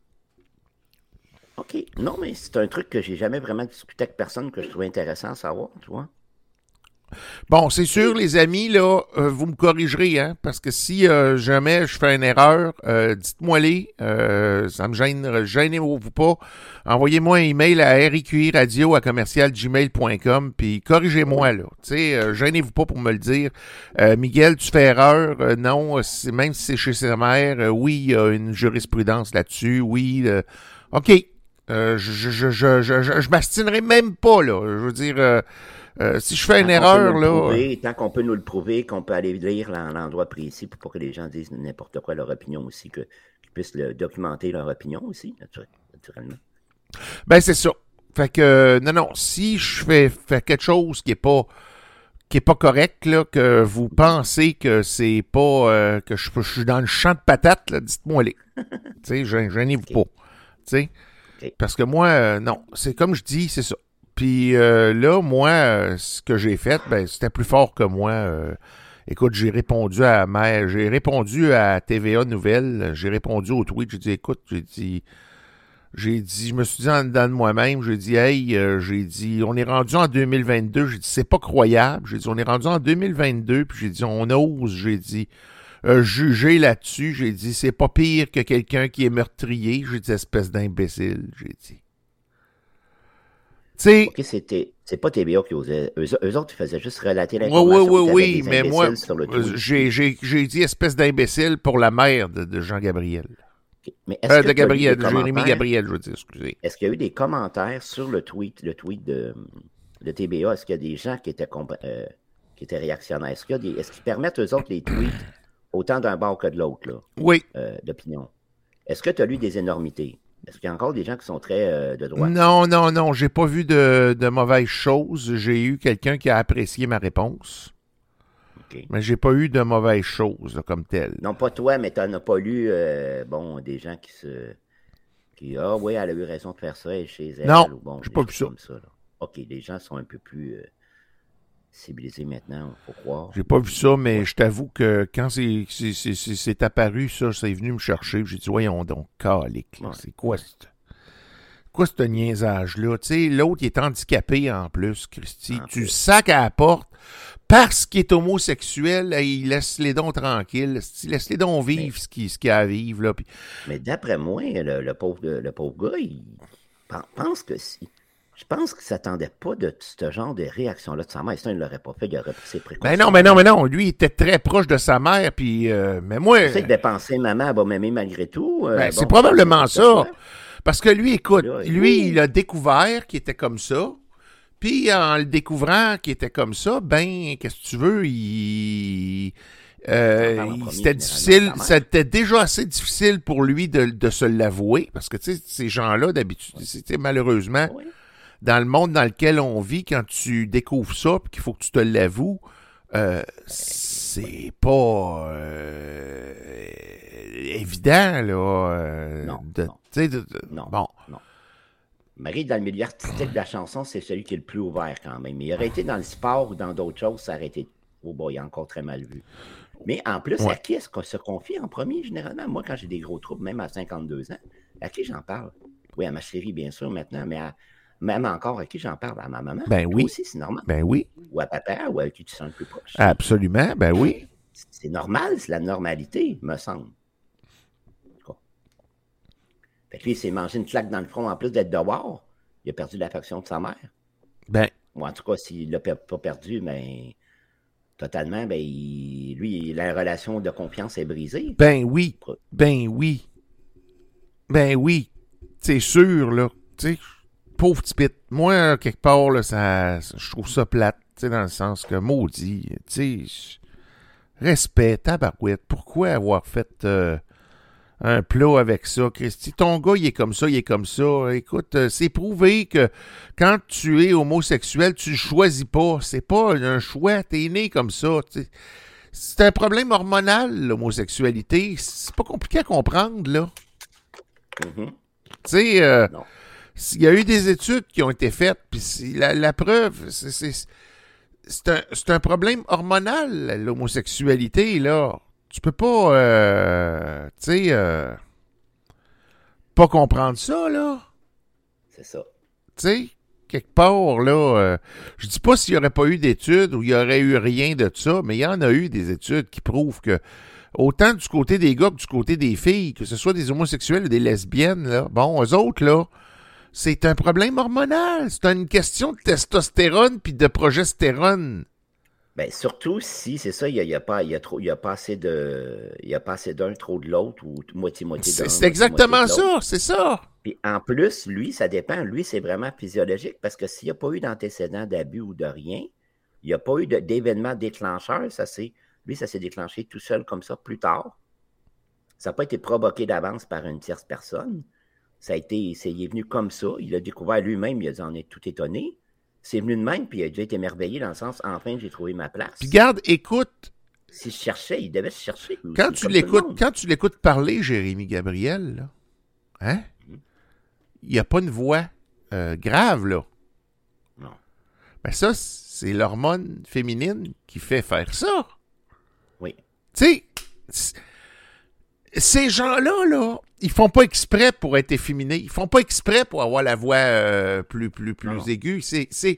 OK. Non, mais c'est un truc que j'ai jamais vraiment discuté avec personne que je trouvais intéressant à savoir, tu vois. Bon, c'est sûr, les amis, là, euh, vous me corrigerez, hein, parce que si euh, jamais je fais une erreur, euh, dites-moi-les, euh, ça me gêne, gênez-vous pas. Envoyez-moi un email à r i q i radio à commercial gmail point com, puis corrigez-moi, là. Tu sais, euh, gênez-vous pas pour me le dire. Euh, Miguel, tu fais erreur. Euh, non, c'est, même si c'est chez sa mère, euh, oui, il y a une jurisprudence là-dessus, oui. Euh, OK. Euh, je, je, je, je, je, je, je m'astinerai même pas, là. Je veux dire... Euh, Euh, si je fais tant une erreur, là... Prouver, tant qu'on peut nous le prouver, qu'on peut aller lire l'endroit précis pour pas que les gens disent n'importe quoi leur opinion aussi, que, qu'ils puissent le, documenter leur opinion aussi, naturellement. Ben, c'est ça. Fait que, non, non, si je fais, fais quelque chose qui est pas qui est pas correct, là, que vous pensez que c'est pas... Euh, que je, je suis dans le champ de patates, là, dites-moi-les. Tu sais, gênez-vous okay. pas. Tu sais, okay. Parce que moi, euh, non, c'est comme je dis, c'est ça. Puis euh, là, moi, euh, ce que j'ai fait, ben, c'était plus fort que moi. Euh, écoute, j'ai répondu à ma, j'ai répondu à T V A Nouvelles, j'ai répondu au tweet, j'ai dit, écoute, j'ai dit, j'ai dit, je me suis dit en dedans de moi-même, j'ai dit, hey, euh, j'ai dit, on est rendu en deux mille vingt-deux, j'ai dit, c'est pas croyable, j'ai dit, on est rendu en deux mille vingt-deux, puis j'ai dit, on ose, j'ai dit, euh, juger là-dessus, j'ai dit, c'est pas pire que quelqu'un qui est meurtrier, j'ai dit, espèce d'imbécile, j'ai dit. T'sais, OK, c'était, c'est pas T B A qui osait. Eux, eux autres, ils faisaient juste relater l'information. Oui, oui, oui, oui, mais moi, sur le j'ai, j'ai, j'ai dit espèce d'imbécile pour la mère de, de Jean-Gabriel. Okay. Mais est-ce euh, que de Gabriel, Jérémy Gabriel, je veux dire, excusez. Est-ce qu'il y a eu des commentaires sur le tweet, le tweet de, de T B A? Est-ce qu'il y a des gens qui étaient, euh, qui étaient réactionnaires? Est-ce, qu'il y a des, est-ce qu'ils permettent eux autres les tweets autant d'un bord que de l'autre, là? Oui. Euh, d'opinion. Est-ce que tu as lu des énormités? Est-ce qu'il y a encore des gens qui sont très euh, de droite? Non, non, non. J'ai pas vu de, de mauvaises choses. J'ai eu quelqu'un qui a apprécié ma réponse. Okay. Mais j'ai pas eu de mauvaises choses là, comme telles. Non, pas toi, mais tu n'en as pas lu euh, bon, des gens qui se. qui Ah oui, elle a eu raison de faire ça chez elle. Non, ou bon, j'ai pas vu ça. Comme ça là. OK, les gens sont un peu plus. Euh... civilisé maintenant, il faut croire. J'ai pas vu ça, mais je t'avoue que quand c'est, c'est, c'est, c'est, c'est apparu, ça, c'est venu me chercher. J'ai dit, voyons donc, calique, là, Ouais. c'est quoi ce quoi ce niaisage-là? Tu sais, l'autre, il est handicapé en plus, Christy. En tu plus. le sacs à la porte parce qu'il est homosexuel, il laisse les dons tranquilles. Laisse les dons vivre Mais- ce qu'il ce qu'il a à vivre. Là, puis- Mais d'après moi, le, le pauvre, le pauvre gars, il pen- pense que si. Je pense qu'il ne s'attendait pas de ce genre de réaction-là de sa mère. Sinon, il ne l'aurait pas fait, il aurait pris ses précautions. Ben non, mais non, mais non. Lui, il était très proche de sa mère, puis... euh, mais moi... Tu sais que de penser maman elle va m'aimer malgré tout. euh, Ben, bon, c'est probablement c'est ça. quoi? Parce que lui, écoute, Là, lui, ouh. il a découvert qu'il était comme ça. Puis, en le découvrant qu'il était comme ça, ben, qu'est-ce que tu veux, il... euh, Ça en parle en il- premier, c'était généralement, difficile, sa mère. c'était déjà assez difficile pour lui de, de se l'avouer, parce que, tu sais, ces gens-là, d'habitude, c'était malheureusement, Oui. dans le monde dans lequel on vit, quand tu découvres ça, puis qu'il faut que tu te l'avoues, euh, c'est pas euh, évident, là. euh, Non, de, non. tu sais, de- de- Non, bon. non. Marie, dans le milieu artistique de la chanson, c'est celui qui est le plus ouvert quand même. Mais il aurait été dans le sport ou dans d'autres choses, ça aurait été, oh boy, encore très mal vu. Mais en plus, Ouais. à qui est-ce qu'on se confie en premier, généralement? Moi, quand j'ai des gros troubles, même à cinquante-deux ans, à qui j'en parle? Oui, à ma chérie, bien sûr, maintenant, mais à- même encore, à qui j'en parle? À ma maman? Ben Toi oui. aussi, c'est normal. Ben oui, Ou à papa, ou à qui tu sens le plus proche. absolument, ben oui. C'est normal, c'est la normalité, me semble. En tout cas. Fait que lui, il s'est mangé une claque dans le front en plus d'être dehors. Il a perdu l'affection de sa mère. Ben, Ou en tout cas, s'il ne l'a pe- pas perdu, ben, totalement, ben, il- lui, la relation de confiance est brisée. ben oui, ben oui. Ben oui, c'est sûr, là. Tu sais, pauvre petit pit. Moi, quelque part, là, ça, je trouve ça plate, tu sais, dans le sens que maudit, tu sais, respect, tabarouette. Pourquoi avoir fait euh, un plat avec ça, Christy? Ton gars, il est comme ça, il est comme ça. Écoute, euh, c'est prouvé que quand tu es homosexuel, tu le choisis pas. C'est pas un choix, t'es né comme ça, tu sais. C'est un problème hormonal, l'homosexualité. C'est pas compliqué à comprendre, là. Mhm. Tu sais, euh, Non. il y a eu des études qui ont été faites, puis c'est- la, la preuve, c'est, c'est, c'est, un, c'est un problème hormonal, l'homosexualité, là. Tu peux pas, euh, tu sais, euh, pas comprendre ça, là. C'est ça. Tu sais, quelque part, là, euh, je dis pas s'il n'y aurait pas eu d'études ou il y aurait eu rien de ça, mais il y en a eu des études qui prouvent que autant du côté des gars que du côté des filles, que ce soit des homosexuels ou des lesbiennes, là, bon, eux autres, là, c'est un problème hormonal. C'est une question de testostérone puis de progestérone. Ben, surtout si, c'est ça, il n'y a, il y a, pas- il y a, trop- il y a pas assez de. Il y a pas assez d'un, trop de l'autre, ou moitié-moitié d'un. C'est, c'est exactement moitié-moitié de l'autre. ça, c'est ça. Puis en plus, lui, ça dépend. Lui, c'est vraiment physiologique parce que s'il n'y a pas eu d'antécédent d'abus ou de rien, il n'y a pas eu de- d'événement déclencheur, ça c'est. Lui, ça s'est déclenché tout seul comme ça plus tard. Ça n'a pas été provoqué d'avance par une tierce personne. Ça a été. C'est, il est venu comme ça. Il a découvert lui-même, il a dit en est tout étonné. C'est venu de même, puis il a déjà été émerveillé dans le sens enfin j'ai trouvé ma place. Puis garde, écoute, S'il se cherchait, il devait se chercher. lui quand aussi, tu comme tout le l'écoutes, monde. quand tu l'écoutes parler, Jérémy Gabriel, là, hein? Il n'y a pas une voix euh, grave, là. Non. Ben ça, c'est l'hormone féminine qui fait faire ça. Oui. Tu sais, c- ces gens-là, là, ils font pas exprès pour être efféminés. Ils font pas exprès pour avoir la voix euh, plus, plus, plus Non. aiguë. C'est, c'est,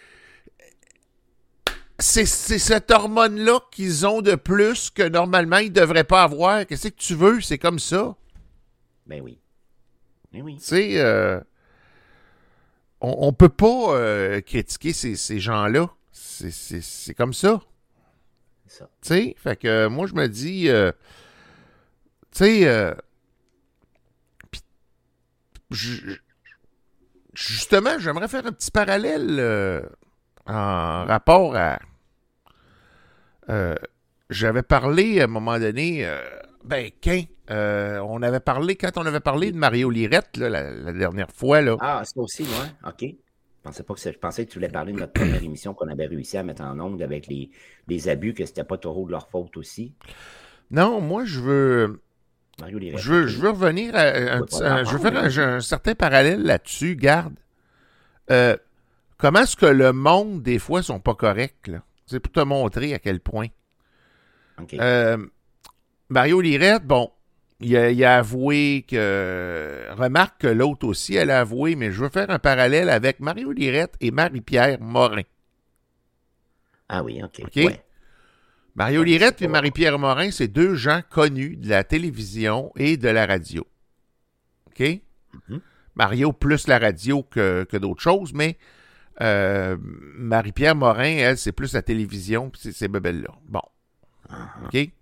c'est, c'est cette hormone-là qu'ils ont de plus que normalement ils devraient pas avoir. Qu'est-ce que tu veux? C'est comme ça. Ben oui. Ben oui. Tu sais, euh, on, on peut pas euh, critiquer ces, ces gens-là. C'est, c'est, c'est comme ça. C'est ça. Tu sais, fait que euh, moi, je me dis, euh, tu sais, euh, pis- ju- justement, j'aimerais faire un petit parallèle euh, en rapport à... euh, j'avais parlé à un moment donné, euh, ben, qu'un, euh, on avait parlé, quand on avait parlé de Mario Lirette, là, la, la dernière fois, là, Ah, ça aussi, ouais. OK. Je pensais, pas que c'est- je pensais que tu voulais parler de notre première émission qu'on avait réussi à mettre en onde avec les, les abus, que c'était pas trop de leur faute aussi. non, moi, je veux... Mario Lirette. Je veux, OK. je veux revenir à un, Ouais, petit- pas un- je veux faire d'affaire, un, un certain parallèle là-dessus, garde. Euh, comment est-ce que le monde, des fois, sont pas corrects, là? C'est pour te montrer à quel point. Okay. Euh, Mario Lirette, bon, il a, il a avoué que... Remarque que l'autre aussi, elle a avoué, mais je veux faire un parallèle avec Mario Lirette et Marie-Pierre Morin. Ah oui, OK. OK? Ouais. Mario Ouais, Lirette c'est et pas- Marie-Pierre Morin, c'est deux gens connus de la télévision et de la radio. OK? Mhm. Mario plus la radio que, que d'autres choses, mais euh, Marie-Pierre Morin, elle, c'est plus la télévision puis c'est ces bebelles-là. Bon. Uh-huh. OK?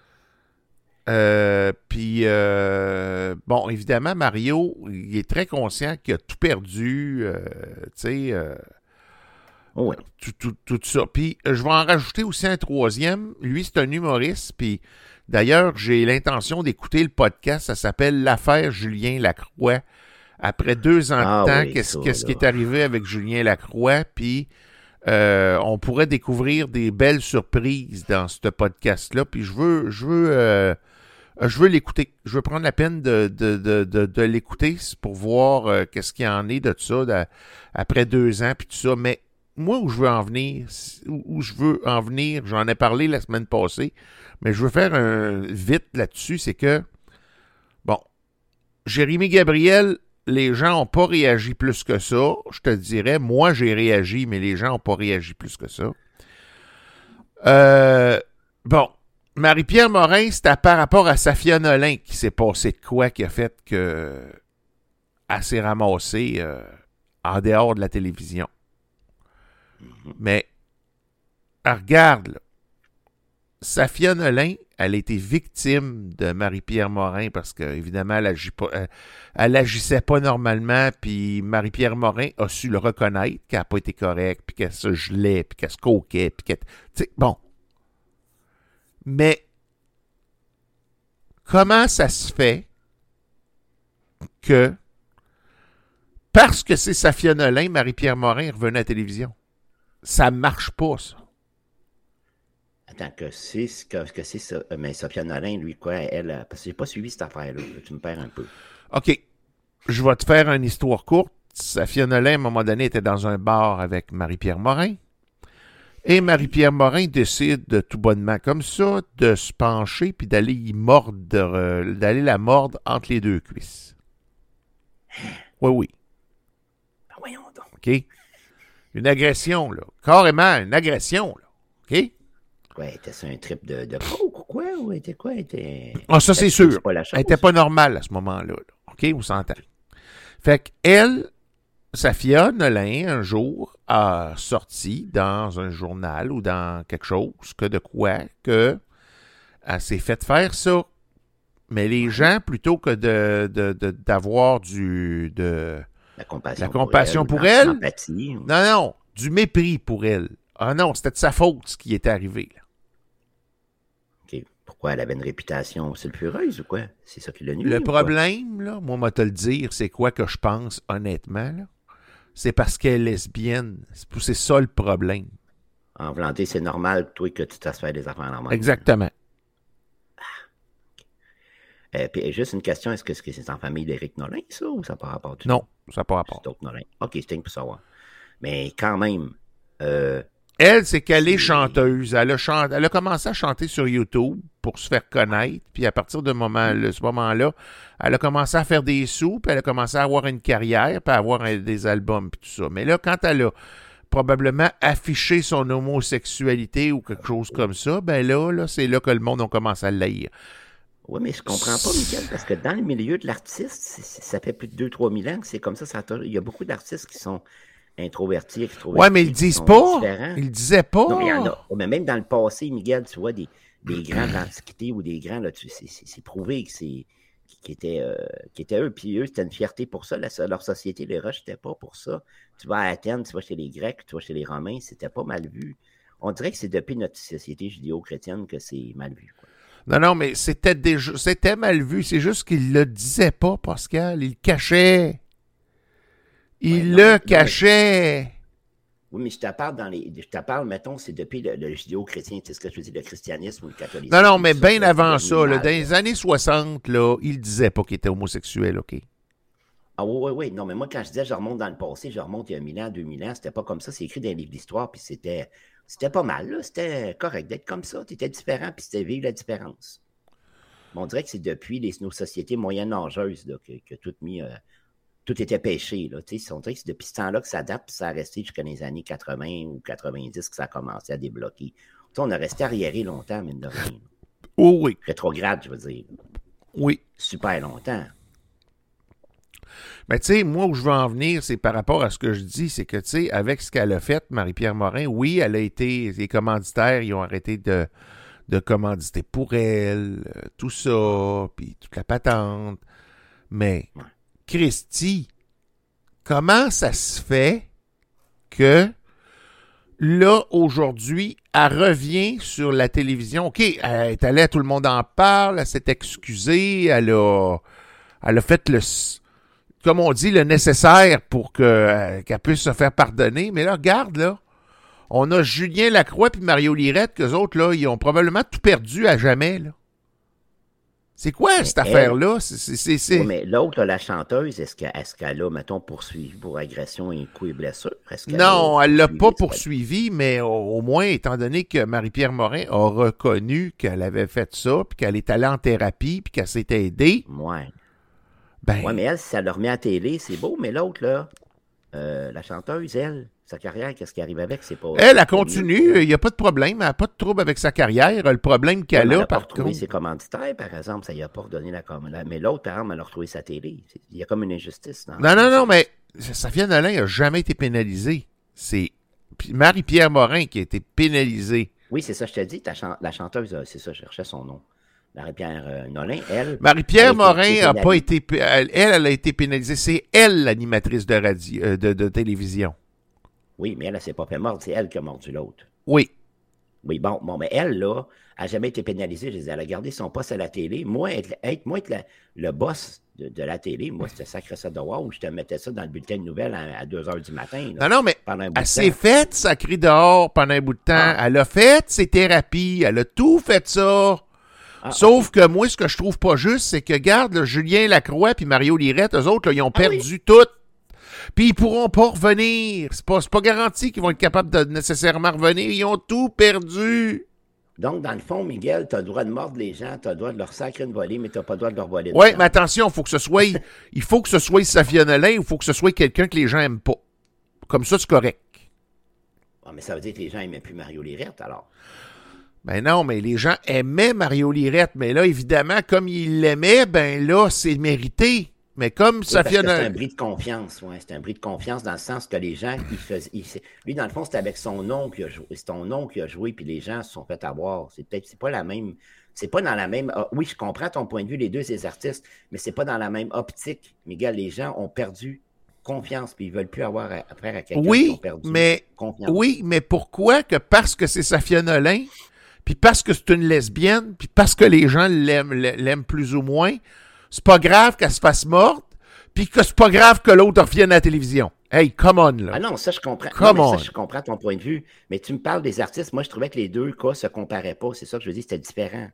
Euh, puis, euh, bon, évidemment, Mario, il est très conscient qu'il a tout perdu, euh, tu sais, euh, Oh, ouais. tout, tout, tout ça. Puis, je vais en rajouter aussi un troisième. Lui, c'est un humoriste, puis d'ailleurs, j'ai l'intention d'écouter le podcast. Ça s'appelle L'affaire Julien Lacroix. Après deux ans Ah de temps, oui, qu'est-ce, ça, qu'est-ce qui là. est arrivé avec Julien Lacroix? Puis, euh, on pourrait découvrir des belles surprises dans ce podcast-là. Puis, je veux, je veux, euh, je veux l'écouter. Je veux prendre la peine de, de, de, de, de l'écouter pour voir euh, qu'est-ce qu'il y en est de tout ça de, après deux ans, puis tout ça. Mais moi, où je veux en venir, où, où je veux en venir, j'en ai parlé la semaine passée, mais je veux faire un vite là-dessus, c'est que, bon, Jérémy Gabriel, les gens n'ont pas réagi plus que ça. Je te dirais, moi, j'ai réagi, mais les gens n'ont pas réagi plus que ça. Euh, bon, Marie-Pierre Morin, c'était par rapport à Safia Nolin qui s'est passé de quoi qui a fait que elle s'est ramassée euh, en dehors de la télévision. Mais, regarde, là, Safia Nolin, elle a été victime de Marie-Pierre Morin parce qu'évidemment, elle, agit pas, elle, elle agissait pas normalement, puis Marie-Pierre Morin a su le reconnaître, qu'elle n'a pas été correcte, puis qu'elle se gelait, puis qu'elle se coquait, puis qu'elle... Tu sais, bon. Mais, comment ça se fait que, parce que c'est Safia Nolin, Marie-Pierre Morin est revenue à la télévision? Ça marche pas, ça. Attends, que c'est ce que, que c'est ça. Mais Sophia Nolin, lui, quoi, elle, euh, parce que j'ai pas suivi cette affaire-là. Tu me perds un peu. OK. Je vais te faire une histoire courte. Safia Nolin, à un moment donné, était dans un bar avec Marie-Pierre Morin. Et Marie-Pierre Morin décide de tout bonnement comme ça, de se pencher puis d'aller y mordre, euh, d'aller la mordre entre les deux cuisses. Oui, oui. Ben voyons donc. OK? Une agression, là. Carrément, une agression, là. OK? Ouais, était-ce un trip de, de coke ou quoi? Ou était quoi? Était... Ah, ça, c'est sûr. Pas la chose. Elle n'était pas normale à ce moment-là. Là. OK? On s'entend. Fait qu'elle, Safia Nolin, un jour, a sorti dans un journal ou dans quelque chose, que de quoi, que elle s'est fait faire ça. Mais les gens, plutôt que de, de, de, d'avoir du... de La compassion, la compassion pour pour elle. elle, L'empathie. non, non, du mépris pour elle. Ah non, c'était de sa faute ce qui est arrivé, là. OK. Pourquoi elle avait une réputation sulfureuse ou quoi? C'est ça qui l'a nuit? Le ou quoi? problème, là, moi, moi te le dire, c'est quoi que je pense, honnêtement, là? C'est parce qu'elle est lesbienne. C'est, c'est ça le problème. En voulant dire, c'est normal, toi, que tu t'assoies des affaires normales. Exactement. Euh, puis, juste une question, est-ce que, est-ce que c'est en famille d'Éric Nolin, ça, ou ça n'a pas rapport du Non, tout? ça n'a pas rapport. C'est d'autres Nolin. OK, c'est une pour savoir. Mais quand même, euh, Elle, c'est qu'elle est c'est- chanteuse. Elle a, chant... elle a commencé à chanter sur YouTube pour se faire connaître. Puis à partir de moment, de ce moment-là, elle a commencé à faire des sous, puis elle a commencé à avoir une carrière, puis à avoir un- des albums, puis tout ça. Mais là, quand elle a probablement affiché son homosexualité ou quelque chose comme ça, ben là, là c'est là que le monde a commencé à l'haïr. oui, mais je comprends pas, Michael, parce que dans le milieu de l'artiste, c'est- c'est- ça fait plus de deux trois mille ans que c'est comme ça. ça a- il y a beaucoup d'artistes qui sont introvertis, extrovertis. Ouais, mais ils le qui disent sont pas. différents. Ils le disaient pas. Non, mais il y en a. Oh, mais même dans le passé, Miguel, tu vois, des, des grands de l'Antiquité ou des grands, là, tu, c'est, c'est, c'est prouvé que c'est qui, qui étaient, euh, qui étaient eux. Puis eux, c'était une fierté pour ça. La, leur société les rejetait pas pour ça. Tu vas à Athènes, tu vas chez les Grecs, tu vas chez les Romains, c'était pas mal vu. On dirait que c'est depuis notre société judéo-chrétienne que c'est mal vu, quoi. Non, non, mais c'était déjà, c'était mal vu. C'est juste qu'il le disait pas, Pascal. Il le cachait. Il Ouais, non, le non, cachait. Oui, mais je te parle dans les. Je te parle, mettons, c'est depuis le, le judéo-chrétien, tu sais ce que je veux dire, le christianisme ou le catholicisme. Non, non, mais tout ça, bien ça, avant c'est ça, devenu là, mal, dans les années soixante, là, il disait pas qu'il était homosexuel, OK? Ah oui, oui, oui. Non, mais moi, quand je disais je remonte dans le passé, je remonte il y a mille ans, deux mille ans, c'était pas comme ça. C'est écrit dans les livres d'histoire, puis c'était, c'était pas mal, là. C'était correct d'être comme ça. Tu étais différent, puis c'était vivre la différence. Mais on dirait que c'est depuis les, nos sociétés moyenâgeuses là, que, que tout mis, euh, tout était péché. Là. On dirait que c'est depuis ce temps-là que ça date, puis ça a resté jusqu'à les années quatre-vingts ou quatre-vingt-dix que ça a commencé à débloquer. T'sais, on a resté arriéré longtemps, mine de rien. Oh oui. Rétrograde, je veux dire. Oui. Super longtemps. Mais tu sais, moi, où je veux en venir, c'est par rapport à ce que je dis, c'est que, tu sais, avec ce qu'elle a fait, Marie-Pierre Morin, oui, elle a été, les commanditaires, ils ont arrêté de, de commanditer pour elle, euh, tout ça, puis toute la patente. Mais, Ouais. Christy, comment ça se fait que, là, aujourd'hui, elle revient sur la télévision. OK, elle est allée, tout le monde en parle, elle s'est excusée, elle a, elle a fait le... comme on dit, le nécessaire pour que, euh, qu'elle puisse se faire pardonner. Mais là, regarde, là, on a Julien Lacroix puis Mario Lirette, qu'eux autres, là, ils ont probablement tout perdu à jamais, là. C'est quoi, mais cette elle, affaire-là? C'est, c'est, c'est, c'est... Oui, mais l'autre, la chanteuse, est-ce, que, est-ce qu'elle a, mettons, poursuivi pour agression et coups et blessures? Est-ce qu'elle non, elle l'a pas poursuivi, poursuivi, mais au, au moins, étant donné que Marie-Pierre Morin a reconnu qu'elle avait fait ça, puis qu'elle est allée en thérapie, puis qu'elle s'était aidée, Ouais. ben... Oui, mais elle, si ça le remet à la télé, c'est beau, mais l'autre, là, euh, la chanteuse, elle, sa carrière, qu'est-ce qui arrive avec? C'est pas. Elle, c'est elle pas continue, mieux. il n'y a pas de problème, elle n'a pas de trouble avec sa carrière. Le problème Ouais, qu'elle mais elle a, n'a pas par retrouvé contre... ses commanditaires, par exemple, ça y a pas redonné la commande. Mais l'autre, par exemple, elle a retrouvé sa télé. C'est- Il y a comme une injustice. Dans, Non, dans non, non, ça. mais Safia Nolin n'a jamais été pénalisée. C'est puis Marie-Pierre Morin qui a été pénalisée. Oui, c'est ça, je te dis, ta chan- la chanteuse, euh, c'est ça, je cherchais son nom. Marie-Pierre euh, Nolin, elle, elle a Marie-Pierre été Morin n'a pas pénalisée. été... pé- Elle, elle a été pénalisée. C'est elle, l'animatrice de radio, euh, de, de télévision. Oui, mais elle, elle s'est pas fait mordre, c'est elle qui a mordu l'autre. Oui. Oui, bon, bon, mais elle, là, n'a jamais été pénalisée. Je disais, elle a gardé son poste à la télé. Moi, être, être- moi, être la- le boss de, de la télé, moi, c'était sacré ça de voir où je te mettais ça dans le bulletin de nouvelles à, à deux heures du matin. Là, Non, non, mais pendant un bout elle de s'est temps. faite sacrée dehors pendant un bout de temps. Ah. Elle a fait ses thérapies. Elle a tout fait ça. Ah, Sauf ok. que moi, ce que je trouve pas juste, c'est que, regarde, là, Julien Lacroix puis Mario Lirette, eux autres, là, ils ont Ah perdu oui. tout. Puis ils pourront pas revenir. C'est pas, c'est pas garanti qu'ils vont être capables de nécessairement revenir. Ils ont tout perdu. Donc, dans le fond, Miguel, tu as le droit de mordre les gens, tu as le droit de leur sacrer une volée, mais tu n'as pas le droit de leur voler Ouais, dedans. mais attention, faut que ce soit, il faut que ce soit Safia Nolin ou il faut que ce soit quelqu'un que les gens aiment pas. Comme ça, c'est correct. Ah, mais ça veut dire que les gens n'aimaient plus Mario Lirette, alors. Ben non, mais les gens aimaient Mario Lirette. Mais là, évidemment, comme ils l'aimaient, ben là, c'est mérité. Mais comme Oui, Safia parce que c'est un Nolin... bris de confiance, ouais. C'est un bris de confiance dans le sens que les gens, ils faisaient, ils- lui, dans le fond, c'est avec son nom qu'il a joué. C'est ton nom qui a joué, puis les gens se sont fait avoir. C'est peut-être, c'est pas la même, c'est pas dans la même, ah, oui, je comprends ton point de vue, les deux, ces artistes, mais c'est pas dans la même optique. Miguel, les gens ont perdu confiance, puis ils veulent plus avoir affaire à quelqu'un qui ont Oui, perdu mais confiance. oui, mais pourquoi que parce que c'est Safia Nolin, puis parce que c'est une lesbienne, puis parce que les gens l'aiment, l'aiment plus ou moins, c'est pas grave qu'elle se fasse morte, puis que c'est pas grave que l'autre revienne à la télévision. Hey, come on, là. Ah non, ça, je comprends. Come Non, mais on. ça, je comprends ton point de vue. Mais tu me parles des artistes. Moi, je trouvais que les deux cas se comparaient pas. C'est ça que je veux dire, c'était différent.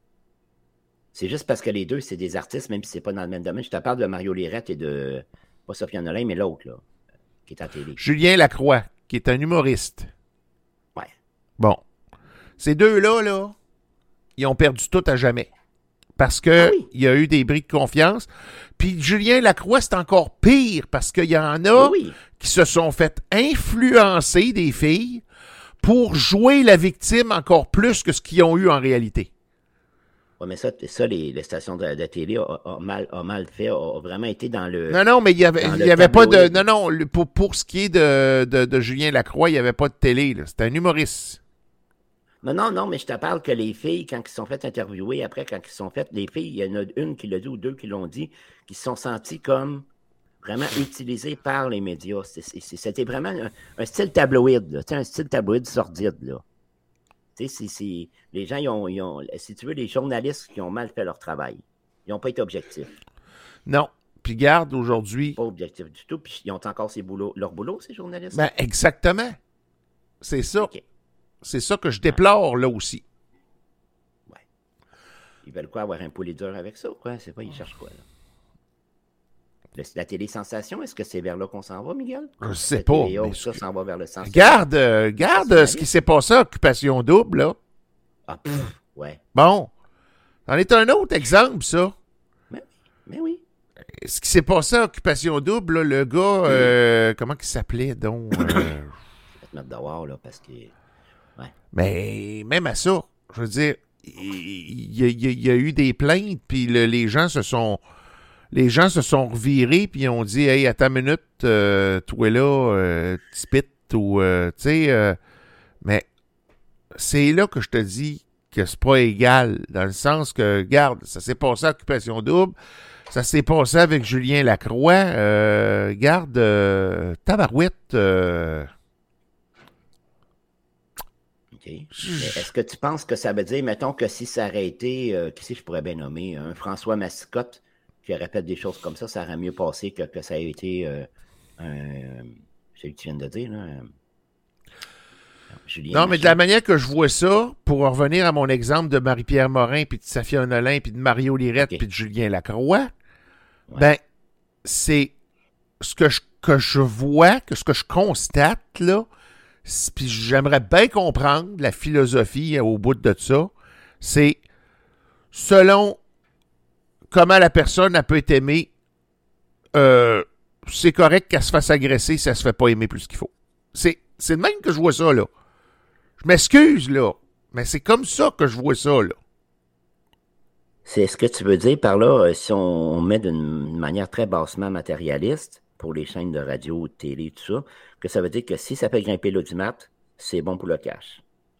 C'est juste parce que les deux, c'est des artistes, même si c'est pas dans le même domaine. Je te parle de Mario Lirette et de, pas Safia Nolin, mais l'autre, là, qui est à la télé. Julien Lacroix, qui est un humoriste. Ouais. Bon. Ces deux-là, là, ils ont perdu tout à jamais. Parce que Ah oui. il y a eu des bris de confiance. Puis Julien Lacroix, c'est encore pire parce qu'il y en a Oui, oui. qui se sont fait influencer des filles pour jouer la victime encore plus que ce qu'ils ont eu en réalité. Ouais, mais ça, ça les, les stations de, de télé ont a mal, a mal fait, a vraiment été dans le... Non, non, mais il y avait, dans il le y avait pas de... tabloïd. Non, non, le- pour, pour ce qui est de, de, de Julien Lacroix, il n'y avait pas de télé. Là. C'était un humoriste. Non, non, non, mais je te parle que les filles, quand ils se sont fait interviewer, après, quand ils se sont fait, les filles, il y en a une qui l'a dit ou deux qui l'ont dit, qui se sont senties comme vraiment utilisées par les médias. C'est- c'est- C'était vraiment un, un style tabloïd, là, tu sais, un style tabloïd sordide, là. Tu sais, c'est- c'est- les gens, ils ont, ils ont, si tu veux, les journalistes qui ont mal fait leur travail. Ils n'ont pas été objectifs. Non. Puis garde, aujourd'hui... Pas objectifs du tout. Puis ils ont encore ces boulots, leur boulot, ces journalistes? Ben, exactement. C'est ça. OK. C'est ça que je déplore, là aussi. Ouais. Ils veulent quoi, avoir un poulet dur avec ça ou quoi? C'est pas, ils cherchent quoi, là? Le- la télé-sensation, est-ce que c'est vers là qu'on s'en va, Miguel? Je sais La pas. T V A, mais ça ce- s'en va vers le sens. Garde, euh, garde ce qui s'est passé à Occupation Double, là. Ah, pff, ouais. Bon. C'en est un autre exemple, ça. Mais, mais oui. Ce qui s'est passé à Occupation Double, là, le gars, euh, comment il s'appelait, donc? euh, Je vais te mettre dehors, là, parce que... Mais même à ça, je veux dire, il y, y- y a eu des plaintes, puis le- les gens se sont... Les gens se sont revirés, puis ils ont dit « Hey, attends une minute, euh, toi là, euh, spit, ou... euh, tu sais... euh, mais c'est là que je te dis que c'est pas égal, dans le sens que, regarde, ça s'est passé à Occupation Double, ça s'est passé avec Julien Lacroix, euh, garde, euh, tabarouette... euh, OK. Mais est-ce que tu penses que ça veut dire, mettons, que si ça aurait été, euh, qui c'est que je pourrais bien nommer, un François Massicotte qui répète des choses comme ça, ça aurait mieux passé que, que ça ait été euh, un... C'est ce que tu viens de dire, là. un- Julien Non, mais de la Machin. manière que je vois ça, pour revenir à mon exemple de Marie-Pierre Morin, puis de Safia Nolin, puis de Mario Lirette, Ok. puis de Julien Lacroix, Ouais. ben, c'est ce que je, que je vois, que ce que je constate, là, c'est- puis j'aimerais bien comprendre la philosophie au bout de ça, c'est selon comment la personne elle peut être aimée, euh, c'est correct qu'elle se fasse agresser si elle se fait pas aimer plus qu'il faut. C'est, c'est de même que je vois ça, là. Je m'excuse, là, mais c'est comme ça que je vois ça, là. C'est ce que tu veux dire par là, euh, si on, on met d'une manière très bassement matérialiste pour les chaînes de radio, de télé, tout ça, que ça veut dire que si ça fait grimper l'audimat, c'est bon pour le cash.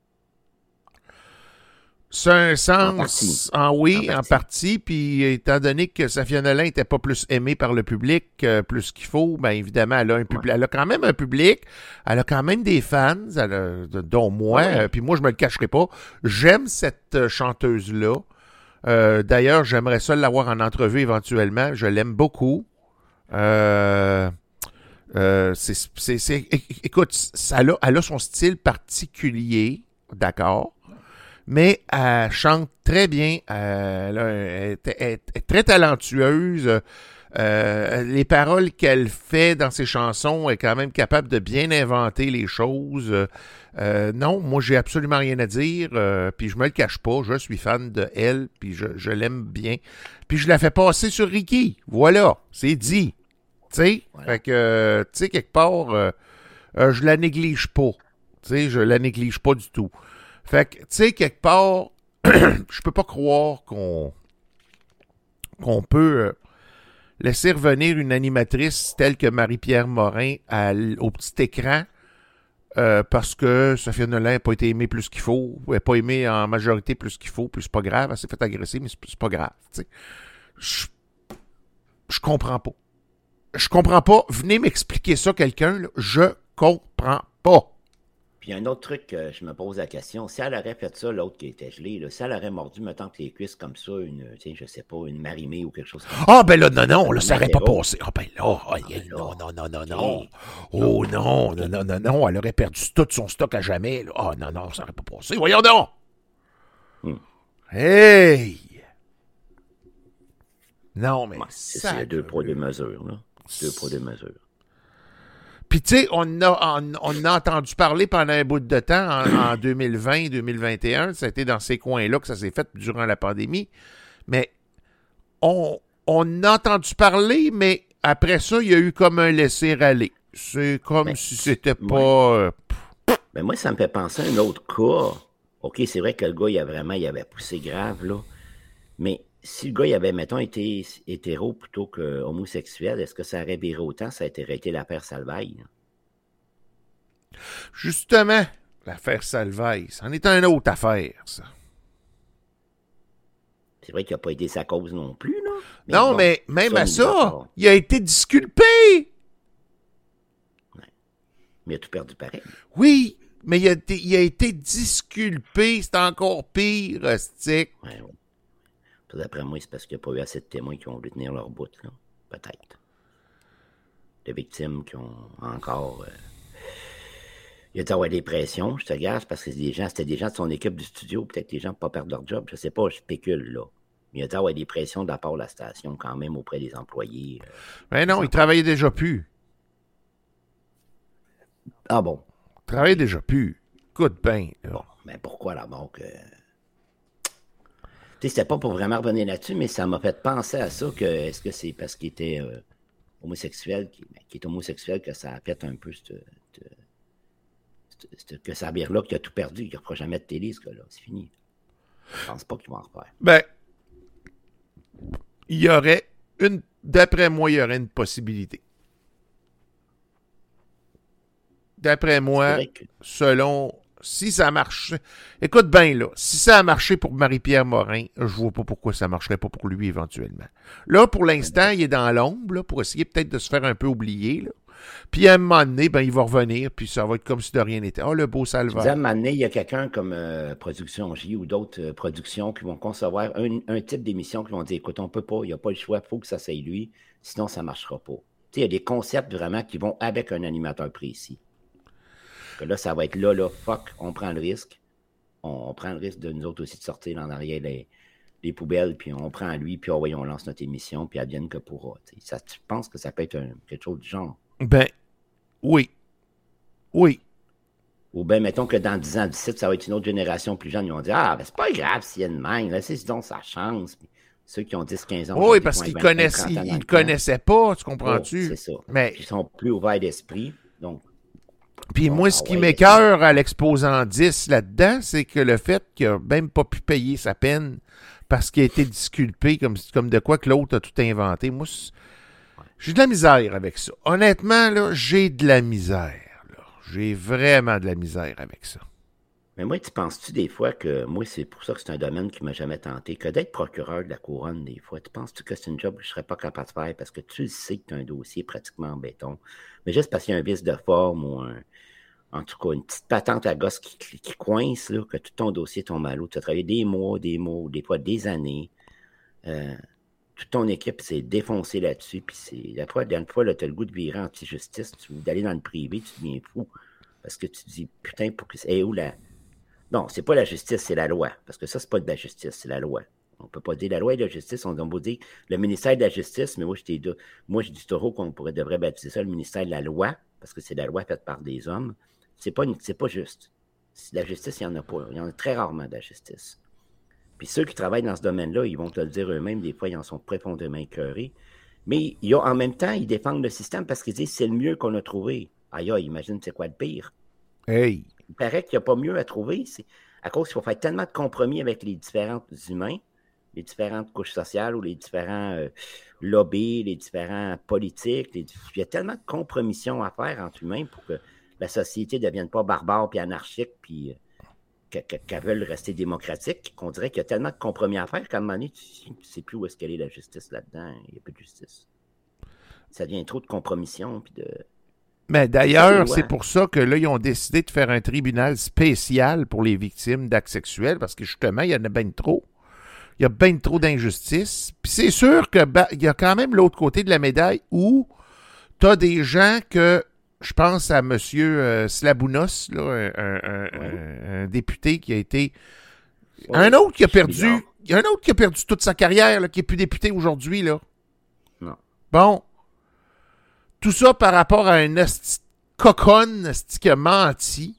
C'est un sens, En partie. en oui, En en partie. partie, puis étant donné que Safia Nolin n'était pas plus aimée par le public, euh, plus qu'il faut, bien évidemment, elle a un public, Ouais. elle a quand même un public, elle a quand même des fans, elle a- de- dont moi, Ouais. euh, puis moi, je me le cacherai pas. J'aime cette euh, chanteuse-là. Euh, d'ailleurs, j'aimerais ça l'avoir en entrevue éventuellement. Je l'aime beaucoup. Euh, euh, c'est, c'est, c'est- é- écoute, ça a, elle a son style particulier, d'accord, mais elle chante très bien. euh, Elle, a- elle est, elle est- elle est très talentueuse. Euh, les paroles qu'elle fait dans ses chansons, elle est quand même capable de bien inventer les choses. Euh, non, moi, j'ai absolument rien à dire. euh, puis je me le cache pas. Je suis fan de elle. Puis je, je l'aime bien. Puis je la fais passer sur Ricky. Voilà, c'est dit. Tu sais, Voilà. fait que, euh, tu sais, quelque part, euh, euh, je la néglige pas. Tu sais, je la néglige pas du tout. Fait que, tu sais, quelque part, je peux pas croire qu'on qu'on peut euh, laisser revenir une animatrice telle que Marie-Pierre Morin à l- au petit écran euh, parce que Safia Nolin n'a pas été aimée plus qu'il faut, elle n'a pas aimée en majorité plus qu'il faut, puis c'est pas grave, elle s'est fait agresser, mais c'est, c'est pas grave. Tu sais. Je, je comprends pas. Je comprends pas. Venez m'expliquer ça, quelqu'un. Là. Je comprends pas. Puis un autre truc que je me pose la question, si elle aurait fait ça, l'autre qui était gelé, là, si elle aurait mordu, mettons que les cuisses comme ça, une, tu sais, je sais pas, une marimée ou quelque chose comme ça. Ah, ben là, non, non, là, ça Un aurait pas apéro. passé. Ah, ben là, oh, ben yeah, là. non, non, non, non, Ok. non. Oh, non, non, non, non, non, elle aurait perdu tout son stock à jamais. Là. Ah, non, non, ça aurait pas passé. Voyons donc. Hmm. Hey! Non, mais Ouais, c'est ça... c'est deux poids, deux mesures, là. Deux poids, deux mesures. Puis, tu sais, on a, on, on a entendu parler pendant un bout de temps, en, en deux mille vingt, deux mille vingt et un, ça a été dans ces coins-là que ça s'est fait durant la pandémie, mais on, on a entendu parler, mais après ça, il y a eu comme un laisser-aller. C'est comme Ben, si c'était ouais. pas... euh, Ben moi, ça me fait penser à un autre cas. OK, c'est vrai que le gars, il a vraiment, il avait poussé grave, là. Mais si le gars, il avait, mettons, été hétéro plutôt que homosexuel, est-ce que ça aurait viré autant? Ça aurait été l'affaire Salvaille. Hein? Justement, l'affaire Salvaille, c'en est une autre affaire, ça. C'est vrai qu'il n'a pas été sa cause non plus, là. Mais non, bon, mais même ça, à on y ça, va pas. il a été disculpé. Mais il a tout perdu pareil. Oui, mais il a été, il a été disculpé, c'est encore pire, stick. Ouais, ouais. Puis d'après moi, c'est parce qu'il n'y a pas eu assez de témoins qui ont voulu tenir leur bout, là. Peut-être. Des victimes qui ont encore... Euh... Il a dit avoir des pressions, je te gage, parce que c'est des gens, c'était des gens de son équipe du studio, peut-être que les gens ne pas perdre leur job, je sais pas, je spécule, là. Mais il a dû avoir des pressions de la part de la station quand même auprès des employés. Euh, Mais non, il travaillait déjà plus. Ah bon? Il travaillait déjà plus. Écoute bien. Bon, mais pourquoi la banque? Euh... Tu sais, c'était pas pour vraiment revenir là-dessus, mais ça m'a fait penser à ça que est-ce que c'est parce qu'il était euh, homosexuel, qui, qui est homosexuel, que ça a fait un peu cette, cette, cette, que ça bière-là qui a tout perdu, qu'il ne refera jamais de télé, ce gars-là. C'est fini. Je pense pas qu'il va en refaire. Ben, il y aurait une. D'après moi, il y aurait une possibilité. D'après moi, que... selon. Si ça marche. Écoute bien, là. Si ça a marché pour Marie-Pierre Morin, je vois pas pourquoi ça marcherait pas pour lui éventuellement. Là, pour l'instant, il est dans l'ombre, là, pour essayer peut-être de se faire un peu oublier, là. Puis à un moment donné, ben, il va revenir, puis ça va être comme si de rien n'était. Oh, le beau Salvaire. À un moment donné, il y a quelqu'un comme euh, Production J ou d'autres euh, productions qui vont concevoir un, un type d'émission qui vont dire, écoute, on peut pas, il n'y a pas le choix, il faut que ça soit lui, sinon ça ne marchera pas. Tu sais, il y a des concepts vraiment qui vont avec un animateur précis. Que là, ça va être là, là, fuck, on prend le risque. On, on prend le risque de nous autres aussi de sortir en arrière les, les poubelles, puis on prend lui, puis oh, voyons, on lance notre émission, puis advienne que pourra. Ça, tu penses que ça peut être un, quelque chose du genre? Ben, oui. Oui. Ou bien, mettons que dans dix ans, dix-sept, ça va être une autre génération plus jeune. Ils vont dire, ah, ben c'est pas grave s'il y a une main, laissez donc sa chance. Puis ceux qui ont dix quinze ans. Oui, parce qu'ils ne le connaissaient pas, tu comprends-tu? Oh, c'est ça. Mais... Ils sont plus ouverts d'esprit, donc... Puis moi, ce qui m'écoeure à l'exposant dix là-dedans, c'est que le fait qu'il n'a même pas pu payer sa peine parce qu'il a été disculpé comme, comme de quoi que l'autre a tout inventé. Moi, j'ai de la misère avec ça. Honnêtement, là, j'ai de la misère. Là. J'ai vraiment de la misère avec ça. Mais moi, tu penses-tu des fois que, moi, c'est pour ça que c'est un domaine qui ne m'a jamais tenté, que d'être procureur de la couronne des fois, tu penses-tu que c'est une job que je ne serais pas capable de faire parce que tu sais que tu as un dossier pratiquement en béton, mais juste parce qu'il y a un vice de forme ou un, en tout cas, une petite patente à gosse qui, qui, qui coince, là, que tout ton dossier tombe à l'eau. Tu as travaillé des mois, des mois, des fois des années. Euh, toute ton équipe s'est défoncée là-dessus, puis c'est la fois, dernière fois, tu as le goût de virer anti-justice, tu veux d'aller dans le privé, tu deviens fou, parce que tu te dis, putain, pour que c'est hey, où la... Non, c'est pas la justice, c'est la loi. Parce que ça, c'est pas de la justice, c'est la loi. On peut pas dire la loi et la justice, on va dire le ministère de la Justice, mais moi, je, de, moi, je dis toujours qu'on pourrait, devrait baptiser ça le ministère de la loi, parce que c'est la loi faite par des hommes. C'est pas, une, c'est pas juste. La justice, il n'y en a pas. Il y en a très rarement de la justice. Puis ceux qui travaillent dans ce domaine-là, ils vont te le dire eux-mêmes, des fois, ils en sont profondément écœurés. Mais ils ont, en même temps, ils défendent le système parce qu'ils disent c'est le mieux qu'on a trouvé. Aïe, aïe, imagine, c'est quoi le pire? Hey! Il paraît qu'il n'y a pas mieux à trouver. C'est à cause qu'il faut faire tellement de compromis avec les différents humains, les différentes couches sociales ou les différents euh, lobbies, les différents politiques. Les, il y a tellement de compromissions à faire entre humains pour que la société ne devienne pas barbare puis anarchique puis euh, qu'elle veuille rester démocratique, qu'on dirait qu'il y a tellement de compromis à faire qu'à un moment donné, tu ne sais plus où est-ce qu'elle est la justice là-dedans. Il n'y a plus de justice. Ça devient trop de compromissions puis de... Mais d'ailleurs, c'est pour ça que là, ils ont décidé de faire un tribunal spécial pour les victimes d'actes sexuels, parce que justement, il y en a bien trop. Il y a bien trop d'injustices. Puis c'est sûr qu'il ben, y a quand même l'autre côté de la médaille où tu as des gens que, je pense à M. Euh, Slabounos, là, un, un, ouais. un, un député qui a été... Ouais, un autre qui a perdu... Il y a un autre qui a perdu toute sa carrière, là, qui n'est plus député aujourd'hui, là. Non. Bon... Tout ça par rapport à un esti coconne esti qui a menti,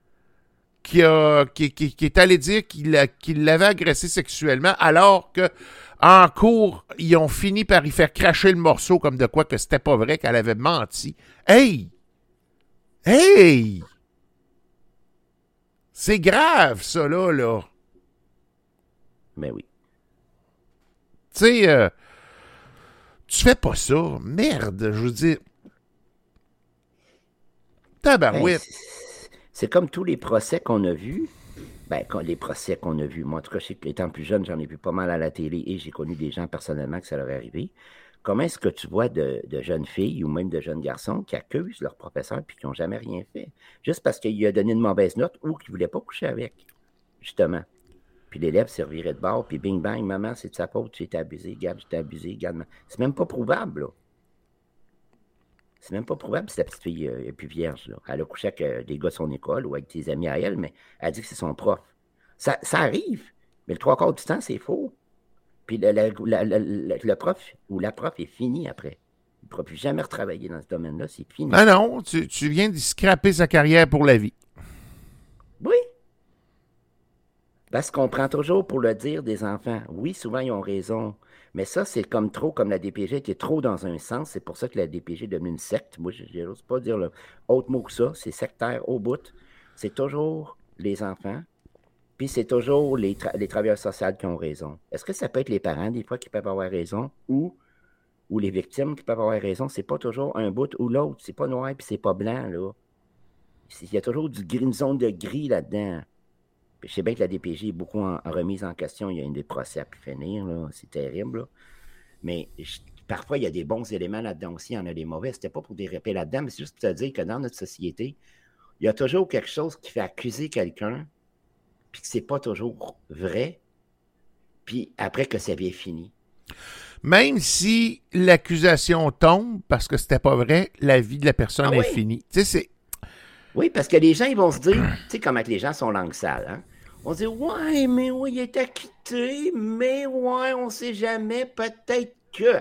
qui, a, qui, qui, qui est allé dire qu'il, a, qu'il l'avait agressé sexuellement, alors que en cours, ils ont fini par y faire cracher le morceau comme de quoi que c'était pas vrai, qu'elle avait menti. Hey! Hey! C'est grave, ça, là, là. Mais oui. Tu sais... Euh, Tu fais pas ça. Merde, je veux dire. Tabarouette. Ben, c'est, c'est comme tous les procès qu'on a vus. Ben, les procès qu'on a vus. Moi, en tout cas, je sais qu'étant plus jeune, j'en ai vu pas mal à la télé et j'ai connu des gens personnellement que ça leur est arrivé. Comment est-ce que tu vois de, de jeunes filles ou même de jeunes garçons qui accusent leur professeur puis qui n'ont jamais rien fait? Juste parce qu'il a donné une mauvaise note ou qu'il ne voulait pas coucher avec, justement. Puis l'élève se revirait de bord, puis bing bang, maman, c'est de sa faute, tu es abusé, Gab, tu t'es abusé, Gab. C'est même pas prouvable, là. C'est même pas probable si la petite fille euh, est plus vierge, là. Elle a couché avec euh, des gars de son école ou avec des amis à elle, mais elle dit que c'est son prof. Ça, ça arrive, mais le trois quarts du temps, c'est faux. Puis le, le, le, le, le prof ou la prof est fini après. Il ne pourra plus jamais retravailler dans ce domaine-là, c'est fini. Ah non, tu, tu viens de scraper sa carrière pour la vie. Oui. Parce qu'on prend toujours pour le dire des enfants. Oui, souvent, ils ont raison. Mais ça, c'est comme trop, comme la D P J était trop dans un sens. C'est pour ça que la D P J est devenue une secte. Moi, je n'ose pas dire le autre mot que ça. C'est sectaire au bout. C'est toujours les enfants. Puis c'est toujours les, tra- les travailleurs sociaux qui ont raison. Est-ce que ça peut être les parents, des fois, qui peuvent avoir raison, ou, ou les victimes qui peuvent avoir raison? C'est pas toujours un bout ou l'autre. C'est pas noir puis c'est pas blanc, là. Il y a toujours du gris, une zone de gris là-dedans. Puis je sais bien que la D P J est beaucoup en, en remise en question. Il y a une des procès à pu finir, là. C'est terrible, là. Mais je, parfois, il y a des bons éléments là-dedans aussi. Il y en a des mauvais. C'était pas pour déraper là-dedans, mais c'est juste pour te dire que dans notre société, il y a toujours quelque chose qui fait accuser quelqu'un, puis que c'est pas toujours vrai, puis après que ça bien fini. Même si l'accusation tombe parce que c'était pas vrai, la vie de la personne Ah est oui? finie. Tu sais, c'est... Oui, parce que les gens, ils vont se dire, tu sais, comment que les gens sont langue sale, hein? On se dit, ouais, mais oui, il est acquitté, mais ouais, on sait jamais, peut-être que.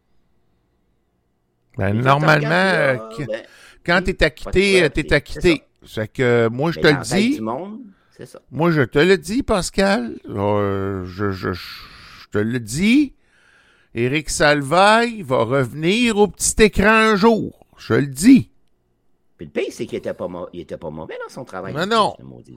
Ben, Mais quand normalement, t'en regardes, euh, là, que- ben, quand oui, t'es acquitté, pas euh, de t'es preuve, acquitté. C'est que moi, je mais te dans le la tête dis. du monde, c'est ça. Moi, je te le dis, Pascal. Euh, je, je, je te le dis. Éric Salvaille va revenir au petit écran un jour. Je le dis. Puis le pire, c'est qu'il était pas, mau- il était pas mauvais dans son travail. Mais non. ce maudit.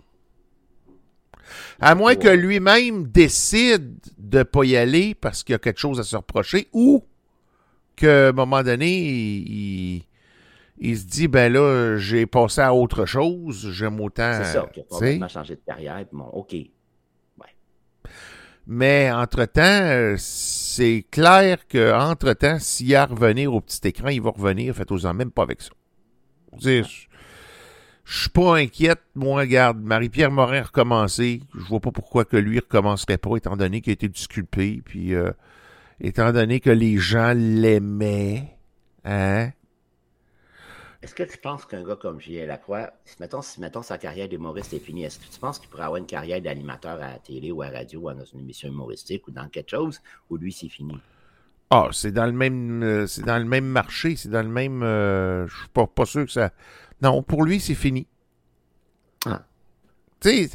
À moins Ouais. que lui-même décide de ne pas y aller parce qu'il y a quelque chose à se reprocher ou qu'à un moment donné, il, il, il se dit, ben là, j'ai passé à autre chose, j'aime autant... C'est ça, qu'il a tu sais. probablement changé de carrière, puis bon, OK. Mais entre-temps, euh, c'est clair qu'entre-temps, s'il y a à revenir au petit écran, il va revenir, faites-en même pas avec ça. Je veux dire, je suis pas inquiète. Moi, regarde, Marie-Pierre Morin a recommencé. Je vois pas pourquoi que lui recommencerait pas, étant donné qu'il a été disculpé, puis euh, étant donné que les gens l'aimaient. Hein? Est-ce que tu penses qu'un gars comme Julien Lacroix, si mettons, si mettons sa carrière d'humoriste est finie, est-ce que tu penses qu'il pourrait avoir une carrière d'animateur à la télé ou à la radio ou dans une émission humoristique ou dans quelque chose, ou lui, c'est fini? Ah, c'est dans le même euh, c'est dans le même marché, c'est dans le même euh, je suis pas, pas sûr que ça. Non, pour lui, c'est fini. Ah. Tu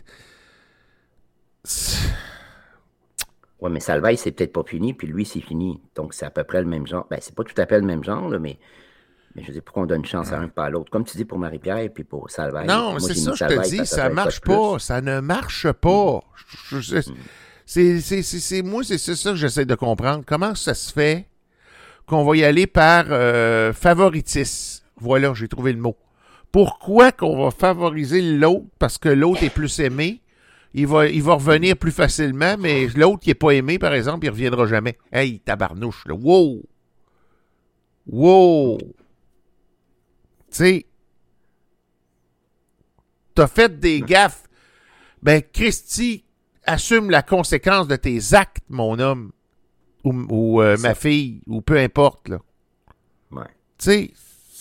sais. Oui, mais Salvaille, c'est peut-être pas fini, puis lui, c'est fini. Donc, c'est à peu près le même genre. Ben, c'est pas tout à fait le même genre, là, mais, mais je dis pourquoi on donne une chance à un pas à l'autre. Comme tu dis pour Marie-Pierre et puis pour Salvaille. Non, Moi, c'est j'ai ça, mis je te Salvaille dis, parce que ça fait marche plus. pas, ça ne marche pas. Je- je- je- c'est, c'est, c'est, c'est- moi, c'est, c'est ça que j'essaie de comprendre. Comment ça se fait qu'on va y aller par euh, favoritisme? Voilà, j'ai trouvé le mot. Pourquoi qu'on va favoriser l'autre parce que l'autre est plus aimé? Il va, il va revenir plus facilement, mais l'autre qui n'est pas aimé, par exemple, il ne reviendra jamais. Hey, tabarnouche, là. Wow! Wow! Tu sais, t'as fait des gaffes. Ben, Christy, assume la conséquence de tes actes, mon homme. Ou, ou euh, ma fille, ou peu importe, là. Ouais. Tu sais.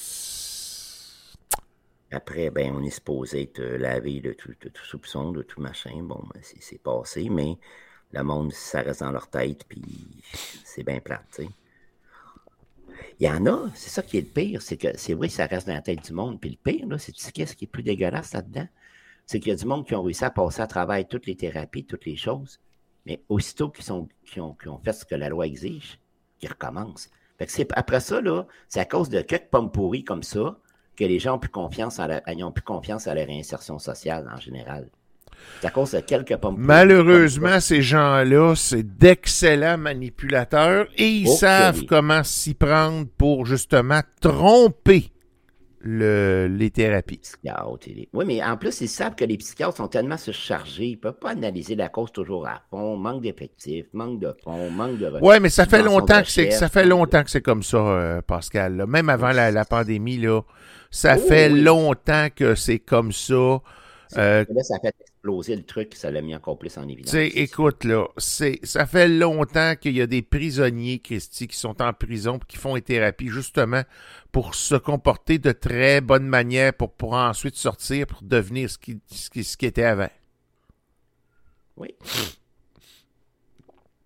Après, ben, on est supposé être euh, lavé de tout, de tout soupçon, de tout machin. Bon, ben, c'est, c'est passé, mais le monde, ça reste dans leur tête, puis c'est bien plate, tu sais. Il y en a, c'est ça qui est le pire, c'est que c'est vrai que ça reste dans la tête du monde, puis le pire, là, c'est tu sais qu'est-ce qui est plus dégueulasse là-dedans? C'est qu'il y a du monde qui ont réussi à passer à travers toutes les thérapies, toutes les choses, mais aussitôt qu'ils sont, qu'ils ont, qu'ils ont fait ce que la loi exige, qu'ils recommencent. Fait que c'est, après ça, là, c'est à cause de quelques pommes pourries comme ça que les gens ont plus confiance à la, ils ont plus confiance à la réinsertion sociale en général. C'est à cause de quelques pommes pourries. Malheureusement, ces gens-là, c'est d'excellents manipulateurs et ils Ok. savent comment s'y prendre pour justement tromper le, les thérapies. Psychiatres et les- Oui, mais en plus, ils savent que les psychiatres sont tellement surchargés, ils ne peuvent pas analyser la cause toujours à fond, manque d'effectifs, manque de fonds, manque de... Ouais, mais ça fait subventions de longtemps que c'est recherche, ça fait manque de- longtemps que c'est comme ça, euh, Pascal. là. Même avant la, la pandémie, là, ça Oh, fait oui. longtemps que c'est comme ça. Euh, Là, ça a fait exploser le truc, ça l'a mis encore plus en évidence. Tu sais, écoute, là, c'est, ça fait longtemps qu'il y a des prisonniers, Christy, qui sont en prison et qui font une thérapie justement pour se comporter de très bonne manière pour, pour ensuite sortir pour devenir ce qui, ce qui, ce qui était avant. Oui.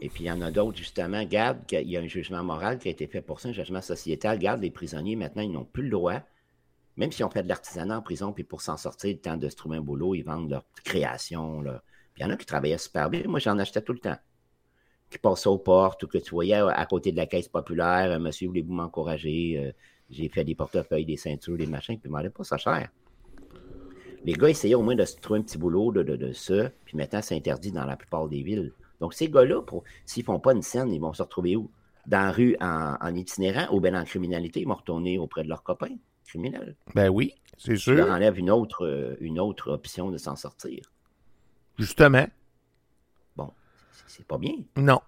Et puis, il y en a d'autres, justement. Regarde, il y a un jugement moral qui a été fait pour ça, un jugement sociétal. Regarde, les prisonniers, maintenant, ils n'ont plus le droit, même s'ils ont fait de l'artisanat en prison, puis pour s'en sortir, le temps de se trouver un boulot, ils vendent leur création. Là. Puis, il y en a qui travaillaient super bien. Moi, j'en achetais tout le temps. Qui passaient aux portes, ou que tu voyais à côté de la caisse populaire, « Monsieur, voulez-vous m'encourager? Euh, j'ai fait des portefeuilles, des ceintures, des machins, puis ils ne demandaient pas ça cher. » Les gars essayaient au moins de se trouver un petit boulot de, de, de ça, puis maintenant, c'est interdit dans la plupart des villes. Donc, ces gars-là, pour, s'ils ne font pas une scène, ils vont se retrouver où? Dans la rue en, en itinérant ou bien en criminalité, ils vont retourner auprès de leurs copains criminels. Ben oui, c'est sûr. Ça leur enlève une autre, une autre option de s'en sortir. Justement. Bon, c'est, c'est pas bien. Non.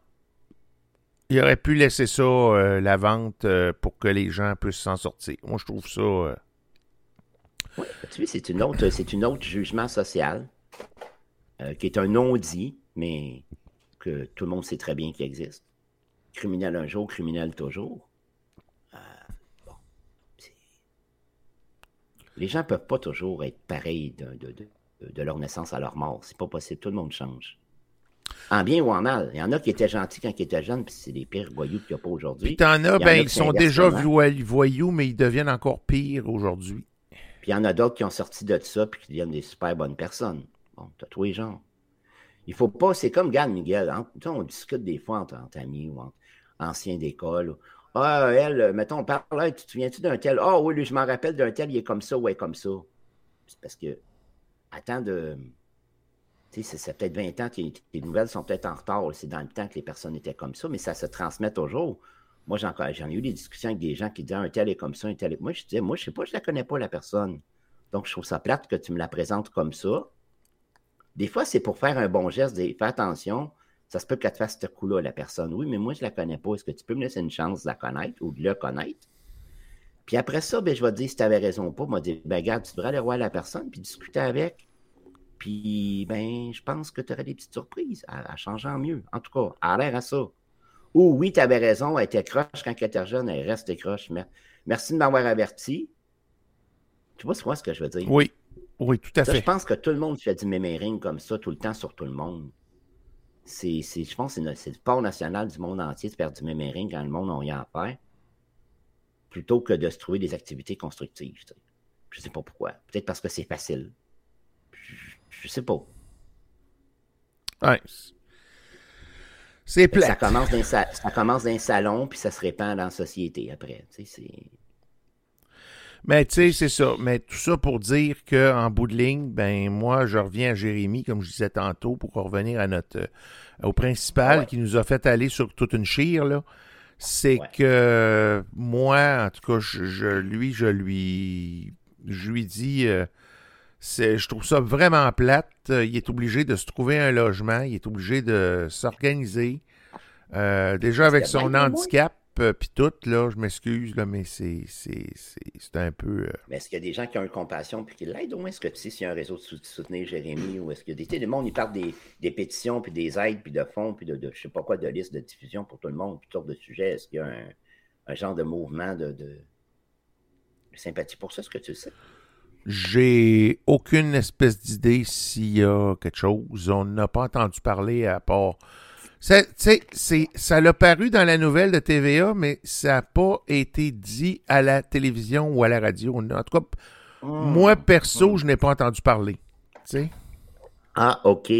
Il aurait pu laisser ça, euh, la vente, euh, pour que les gens puissent s'en sortir. Moi, je trouve ça... Euh... Oui, tu vois, c'est une autre, c'est une autre jugement social euh, qui est un non-dit, mais que tout le monde sait très bien qu'il existe. Criminel un jour, criminel toujours. Euh, bon, c'est... Les gens ne peuvent pas toujours être pareils de, de, de, de leur naissance à leur mort. C'est pas possible. Tout le monde change. En bien ou en mal. Il y en a qui étaient gentils quand ils étaient jeunes, puis c'est les pires voyous qu'il n'y a pas aujourd'hui. Puis t'en as, ben, ils sont déjà inversement. voyous, mais ils deviennent encore pires aujourd'hui. Puis il y en a d'autres qui ont sorti de ça puis qui deviennent des super bonnes personnes. Bon, t'as tous les genres. Il faut pas, c'est comme Gad Miguel, hein, on discute des fois entre, entre amis ou entre anciens d'école. Ah, elle, mettons, on parle, là, tu te souviens-tu d'un tel? Ah oui, lui, je m'en rappelle d'un tel, il est comme ça ou elle est comme ça. C'est parce que, attends de... Tu sais, c'est peut-être vingt ans que les nouvelles sont peut-être en retard. C'est dans le temps que les personnes étaient comme ça, mais ça se transmet toujours. Moi, j'en, j'en ai eu des discussions avec des gens qui disaient un tel est comme ça, un tel est... Moi, je disais, moi, je sais pas, je la connais pas, la personne. Donc, je trouve ça plate que tu me la présentes comme ça. Des fois, c'est pour faire un bon geste, fais attention, ça se peut qu'elle te fasse ce coup-là, la personne. Oui, mais moi, je la connais pas. Est-ce que tu peux me laisser une chance de la connaître ou de le connaître? Puis après ça, ben, je vais te dire si tu avais raison ou pas. Moi, je vais dire, ben, regarde, tu devrais aller voir la personne puis discuter avec. Puis, ben, je pense que tu aurais des petites surprises à, à changer en mieux. En tout cas, à l'air à ça. Ou oui, tu avais raison, elle était croche quand elle était jeune, elle reste croche. Merci de m'avoir averti. Tu vois, c'est quoi ce que je veux dire? Oui, oui, tout à ça, fait. Je pense que tout le monde fait du mémering comme ça, tout le temps sur tout le monde. C'est, c'est, je pense que c'est, c'est le sport national du monde entier de faire du mémering quand le monde n'a rien à faire, plutôt que de se trouver des activités constructives. Tu sais. Je ne sais pas pourquoi. Peut-être parce que c'est facile. Je ne sais pas. Ouais. C'est plate. Ça commence, dans, ça commence dans un salon, puis ça se répand dans la société après. Tu sais, c'est... Mais tu sais, c'est ça. Mais tout ça pour dire qu'en bout de ligne, ben moi, je reviens à Jérémy, comme je disais tantôt, pour revenir à notre euh, au principal, ouais, qui nous a fait aller sur toute une chire, là. C'est ouais. que euh, moi, en tout cas, je, je lui, je lui je lui dis euh, c'est, je trouve ça vraiment plate. Il est obligé de se trouver un logement, il est obligé de s'organiser. Euh, déjà avec son handicap, euh, puis tout, là, je m'excuse, là, mais c'est, c'est, c'est, c'est un peu... Euh... Mais est-ce qu'il y a des gens qui ont une compassion puis qui l'aident au moins? Est-ce que tu sais s'il y a un réseau de soutenir Jérémy ou est-ce qu'il y a des... Tu sais, le monde, ils parlent des, des pétitions puis des aides puis de fonds puis de, de je sais pas quoi, de listes de diffusion pour tout le monde puis toutes sortes de sujets. Est-ce qu'il y a un, un genre de mouvement de, de, de sympathie pour ça? Est-ce que tu le sais? J'ai aucune espèce d'idée s'il y a quelque chose. On n'a pas entendu parler à part... C'est, c'est, ça l'a paru dans la nouvelle de T V A, mais ça n'a pas été dit à la télévision ou à la radio. En tout cas, mmh. moi, perso, mmh. je n'ai pas entendu parler. T'sais? Ah, OK.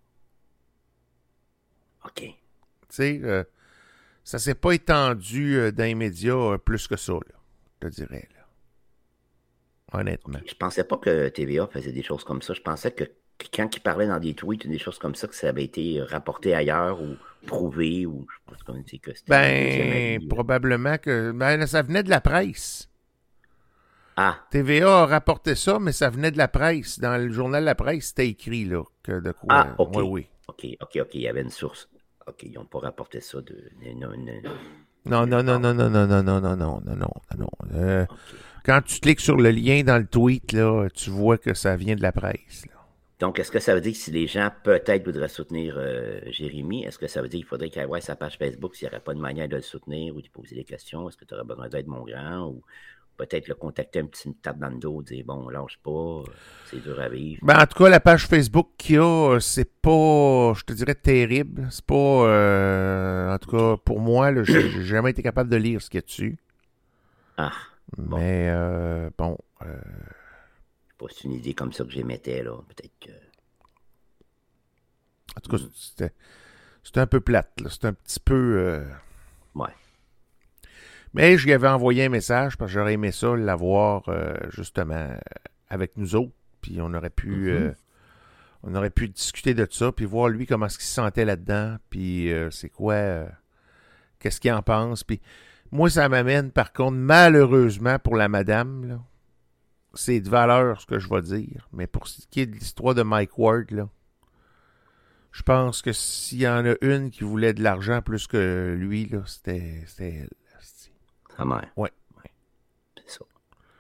OK. Tu sais, euh, ça ne s'est pas étendu euh, dans les médias euh, plus que ça, là, je te dirais. Là. Honnêtement. Okay. Je pensais pas que T V A faisait des choses comme ça. Je pensais que quand il parlait dans des tweets ou des choses comme ça, que ça avait été rapporté ailleurs ou prouvé ou je sais pas comment dire que c'était. Ben, avis, probablement que ben, ça venait de la presse. Ah. T V A a rapporté ça, mais ça venait de la presse. Dans le journal de la presse, c'était écrit, là, que de quoi. Ah, OK. Oui, oui. OK, OK, OK. Il y avait une source. OK, ils n'ont pas rapporté ça de. Non, non, non, non, non, non, non, non, non, non, non, non, non, non. Euh, okay. Quand tu cliques sur le lien dans le tweet, là, tu vois que ça vient de la presse, là. Donc, est-ce que ça veut dire que si les gens peut-être voudraient soutenir euh, Jérémy, est-ce que ça veut dire qu'il faudrait qu'il aille voir sa page Facebook s'il n'y aurait pas de manière de le soutenir ou de poser des questions? Est-ce que tu aurais besoin d'aide, mon grand? Ou, peut-être le contacter un petit tape dans le dos, dire bon, lâche pas, euh, c'est dur à vivre. Ben, en tout cas, la page Facebook qu'il y a, c'est pas, je te dirais, terrible. C'est pas, euh, en tout cas, pour moi, là, j'ai, j'ai jamais été capable de lire ce qu'il y a dessus. Ah, bon. Mais, euh, bon. Euh... C'est pas une idée comme ça que j'émettais, là. Peut-être que. En tout cas, mm. c'était, c'était un peu plate, là. C'était un petit peu. Euh... Ouais. Mais je lui avais envoyé un message parce que j'aurais aimé ça, l'avoir euh, justement avec nous autres. Puis on aurait pu mm-hmm. euh, on aurait pu discuter de ça, puis voir lui comment est-ce qu'il se sentait là-dedans, puis euh, c'est quoi, euh, qu'est-ce qu'il en pense. Puis moi, ça m'amène, par contre, malheureusement pour la madame, là, c'est de valeur ce que je vais dire. Mais pour ce qui est de l'histoire de Mike Ward, là, je pense que s'il y en a une qui voulait de l'argent plus que lui, là, c'était, c'était elle. Sa mère. Oui. Ouais. C'est ça.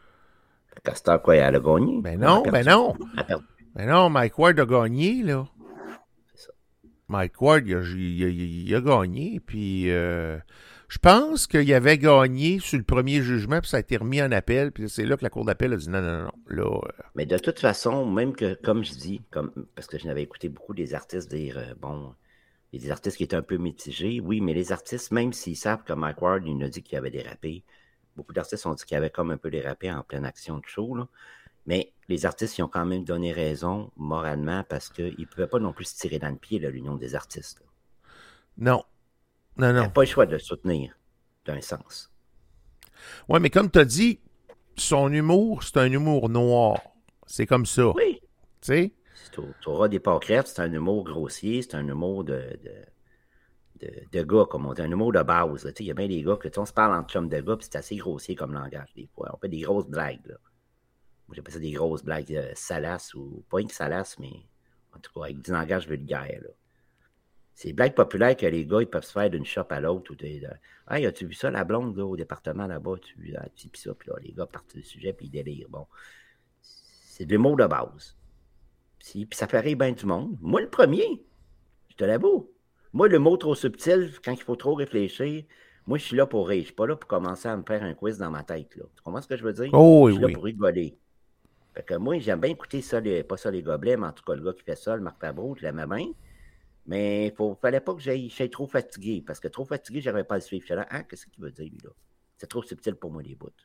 Castor, quoi, elle a gagné? Ben non, ben non. Ben non, Mike Ward a gagné, là. C'est ça. Mike Ward, il a, il a, il a gagné, puis euh, je pense qu'il avait gagné sur le premier jugement, puis ça a été remis en appel, puis c'est là que la cour d'appel a dit non, non, non, là... Euh... Mais de toute façon, même que, comme je dis, comme parce que je n'avais écouté beaucoup des artistes dire, euh, bon... Il y a des artistes qui étaient un peu mitigés, oui, mais les artistes, même s'ils savent que Mike Ward, il nous a dit qu'il avait dérapé, beaucoup d'artistes ont dit qu'il avait comme un peu dérapé en pleine action de show, là. Mais les artistes, ils ont quand même donné raison moralement parce qu'ils ne pouvaient pas non plus se tirer dans le pied, là, l'union des artistes. Là. Non. Non, non. Il n'y a pas le choix de le soutenir, d'un sens. Oui, mais comme tu as dit, son humour, c'est un humour noir. C'est comme ça. Oui. Tu sais? Tu auras des pâquerettes, c'est un humour grossier, c'est un humour de, de, de, de gars, comme on dit, un humour de base. Il y a bien des gars que on se parle en chum de gars, puis c'est assez grossier comme langage des fois. On fait des grosses blagues. Là. Moi, j'appelle ça des grosses blagues euh, salaces, ou pas une salace, mais en tout cas avec du langage vulgaire. Là. C'est des blagues populaires que les gars ils peuvent se faire d'une shop à l'autre. Ou de, de, hey, as-tu vu ça, la blonde là, au département là-bas? Tu vu ah, puis ça, puis là, les gars partent du sujet, puis ils délirent. Bon. C'est de l'humour de base. Puis ça fait rire bien du monde. Moi, le premier, je te l'avoue. Moi, le mot trop subtil, quand il faut trop réfléchir, moi, je suis là pour rire. Je suis pas là pour commencer à me faire un quiz dans ma tête. Là. Tu comprends ce que je veux dire? Oh, oui, je suis oui. là pour rigoler. Fait que moi, j'aime bien écouter ça, les, pas ça les gobelets, mais en tout cas, le gars qui fait ça, le Marc Pabreau, je l'aimais bien. Mais il fallait pas que j'aille, j'aille trop fatigué, parce que trop fatigué, j'aurais pas à le suivre. Je suis là, ah, qu'est-ce qu'il veut dire, lui, là? C'est trop subtil pour moi, les bouts.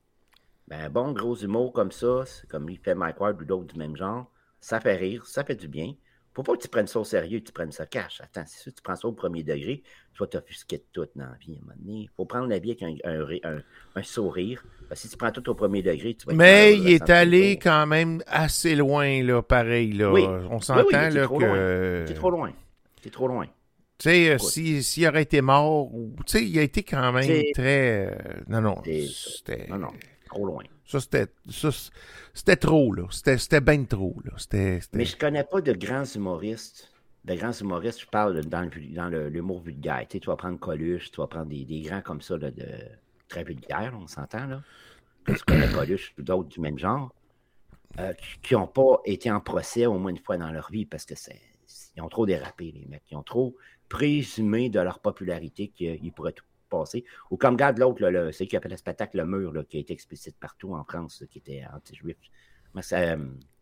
Ben, bon, gros humour comme ça, comme il fait Mike Ward ou d'autres du même genre, ça fait rire, ça fait du bien. Faut pas que tu prennes ça au sérieux, que tu prennes ça cash. Attends, c'est sûr que tu prends ça au premier degré, tu vas t'offusquer de tout dans la vie à un moment donné. Il faut prendre la vie avec un, un, un, un sourire. Parce que si tu prends tout au premier degré, tu vas être... Mais il est allé quand même assez loin, là, pareil. Là. Oui. On s'entend oui, oui, là, trop que... C'est trop loin. C'est trop loin. Tu sais, s'il si aurait été mort, tu sais, il a été quand même c'est... très... Euh, non, non, c'était... Non, non, trop loin. Ça, c'était, ça, c'était trop, là. C'était, c'était bien trop, là. C'était, c'était... Mais je connais pas de grands humoristes. De grands humoristes, je parle dans, le, dans le, l'humour vulgaire. Tu sais, tu vas prendre Coluche, tu vas prendre des, des grands comme ça, là, de très vulgaires, on s'entend, là. Que tu connais Coluche ou d'autres du même genre, euh, qui n'ont pas été en procès au moins une fois dans leur vie parce que c'est, ils ont trop dérapé, les mecs. Ils ont trop présumé de leur popularité qu'ils pourraient tout passer. Ou comme regarde l'autre, là, là, c'est qui appelle le spectacle Le Mur, là, qui a été explicite partout en France, là, qui était anti-juif. Mais ça, euh...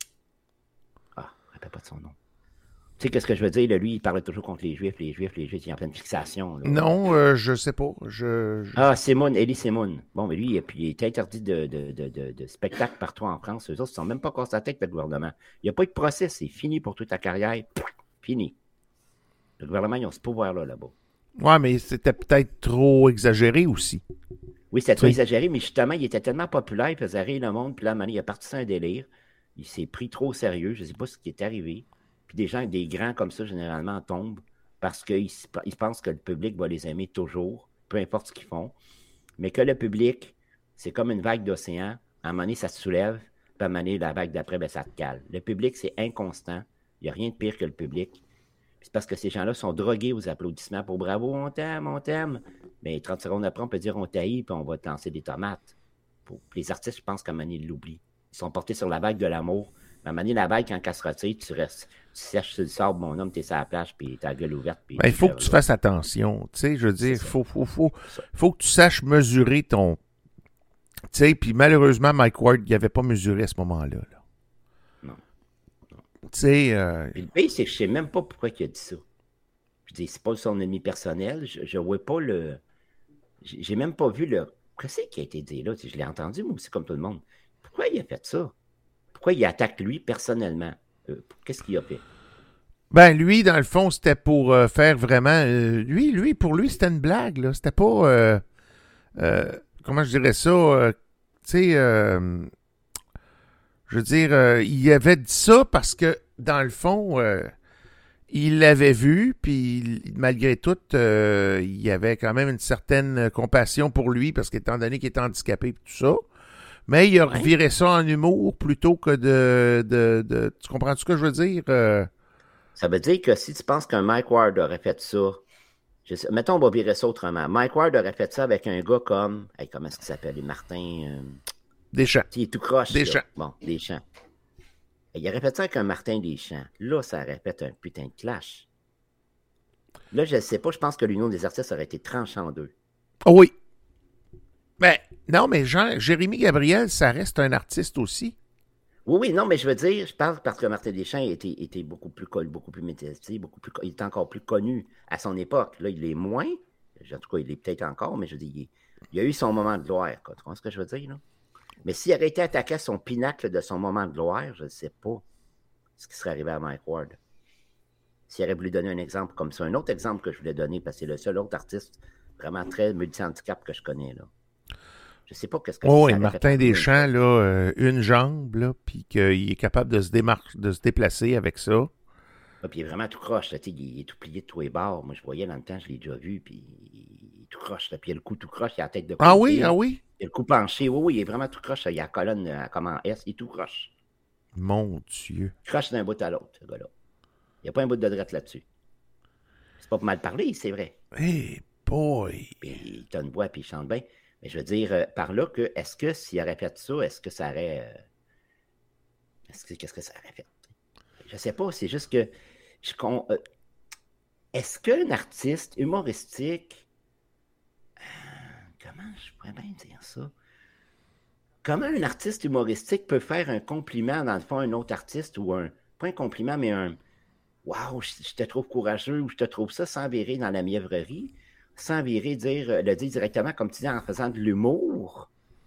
Ah, je ne rappelle pas de son nom. Tu sais, qu'est-ce que je veux dire? Là, lui, il parlait toujours contre les Juifs, les Juifs, les Juifs, il est en pleine fixation. Là. Non, euh, je sais pas. Je, je... Ah, Semoun, Elie Semoun. Bon, mais lui, il est interdit de, de, de, de, de spectacle partout en France. Eux autres, ils ne sont même pas constatés avec le gouvernement. Il n'y a pas eu de procès, c'est fini pour toute ta carrière. Fini. Le gouvernement, ils ont ce pouvoir-là, là-bas. Ouais, mais c'était peut-être trop exagéré aussi. Oui, c'était trop exagéré, mais justement, il était tellement populaire, il faisait rire le monde, puis là, il a parti sur un délire. Il s'est pris trop au sérieux, je ne sais pas ce qui est arrivé. Puis des gens, des grands comme ça, généralement, tombent parce qu'ils ils pensent que le public va les aimer toujours, peu importe ce qu'ils font. Mais que le public, c'est comme une vague d'océan. À un moment donné, ça se soulève, puis à un moment donné, la vague d'après, ben, ça te cale. Le public, c'est inconstant. Il n'y a rien de pire que le public. C'est parce que ces gens-là sont drogués aux applaudissements pour bravo, on t'aime, on t'aime. Mais trente secondes après, on peut dire on t'haït, puis on va te lancer des tomates. Pour les artistes, je pense qu'à un moment donné, ils l'oublient. Ils sont portés sur la vague de l'amour. À un moment donné, la vague, quand elle se retire, tu restes, tu sèches sur le sable, mon homme, t'es sur la plage, puis t'as la gueule ouverte. Puis ben, il faut que tu fasses attention. Tu sais, je veux dire, il faut, faut, faut, faut que tu saches mesurer ton, sais, puis malheureusement, Mike Ward, il n'avait pas mesuré à ce moment-là. Là. Non. non. Tu sais... Euh... Le pire, c'est que je ne sais même pas pourquoi il a dit ça. Je dis, c'est pas son ennemi personnel. Je ne vois pas le... J'ai même pas vu le... Qu'est-ce qui a été dit là? Je l'ai entendu, moi aussi, comme tout le monde. Pourquoi il a fait ça? Pourquoi il attaque lui, personnellement? Euh, qu'est-ce qu'il a fait? Ben, lui, dans le fond, c'était pour euh, faire vraiment... Euh, lui, lui, pour lui, c'était une blague, là. C'était pas... Euh, euh, comment je dirais ça? Euh, tu sais... Euh, je veux dire, euh, il avait dit ça parce que, dans le fond, euh, il l'avait vu, puis malgré tout, euh, il y avait quand même une certaine compassion pour lui, parce qu'étant donné qu'il était handicapé et tout ça, mais il a reviré ça en humour plutôt que de... de, de tu comprends ce que je veux dire? Euh, Ça veut dire que si tu penses qu'un Mike Ward aurait fait ça, je sais, mettons, on va virer ça autrement. Mike Ward aurait fait ça avec un gars comme, hey, comment est-ce qu'il s'appelle, Martin... Euh, Deschamps. Il est tout croche. Deschamps. Là. Bon, Deschamps. Il aurait fait ça avec un Martin Deschamps. Là, ça aurait fait un putain de clash. Là, je ne sais pas, je pense que l'Union des artistes aurait été tranchée en deux. Oh oui. Mais non, mais Jean, Jérémy Gabriel, ça reste un artiste aussi. Oui, oui, non, mais je veux dire, je parle parce que Martin Deschamps était, était beaucoup plus connu, beaucoup plus médiatisé, beaucoup plus, il est encore plus connu à son époque. Là, il est moins. En tout cas, il est peut-être encore, mais je veux dire, il, il a eu son moment de gloire. Quoi. Tu comprends ce que je veux dire, là? Mais s'il aurait été attaqué à son pinacle de son moment de gloire, je ne sais pas ce qui serait arrivé à Mike Ward. S'il aurait voulu donner un exemple comme ça, un autre exemple que je voulais donner, parce que c'est le seul autre artiste vraiment très multi-handicap que je connais, là. Je sais pas qu'est-ce que oh, c'est. Oui, Martin Deschamps, là, euh, une jambe, là, puis qu'il est capable de se, démar- de se déplacer avec ça. Ah, puis il est vraiment tout croche, là, il est tout plié de tous les bords. Moi, je voyais dans le temps, je l'ai déjà vu, puis il est tout croche, là, puis il a le cou tout croche, il a la tête de côté. Ah oui, ah oui? Il a le cou penché, oui, oui, il est vraiment tout croche, là, il a la colonne euh, comme en S, il est tout croche. Mon Dieu. Croche d'un bout à l'autre, ce gars-là. Il n'y a pas un bout de drette là-dessus. C'est pas pour mal parler, c'est vrai. Hey boy! Puis il t'a une voix, puis il chante bien. Mais je veux dire, euh, par là, que est-ce que s'il aurait fait ça, est-ce que ça aurait... Euh... Est-ce que, qu'est-ce que ça aurait fait? Je sais pas, c'est juste que... Je, con, euh, est-ce qu'un artiste humoristique... Euh, comment je pourrais bien dire ça? Comment un artiste humoristique peut faire un compliment, dans le fond, à un autre artiste, ou un... Pas un compliment, mais un... Waouh, je, je te trouve courageux, ou je te trouve ça, sans virer dans la mièvrerie, sans virer, dire, le dire directement, comme tu dis, en faisant de l'humour,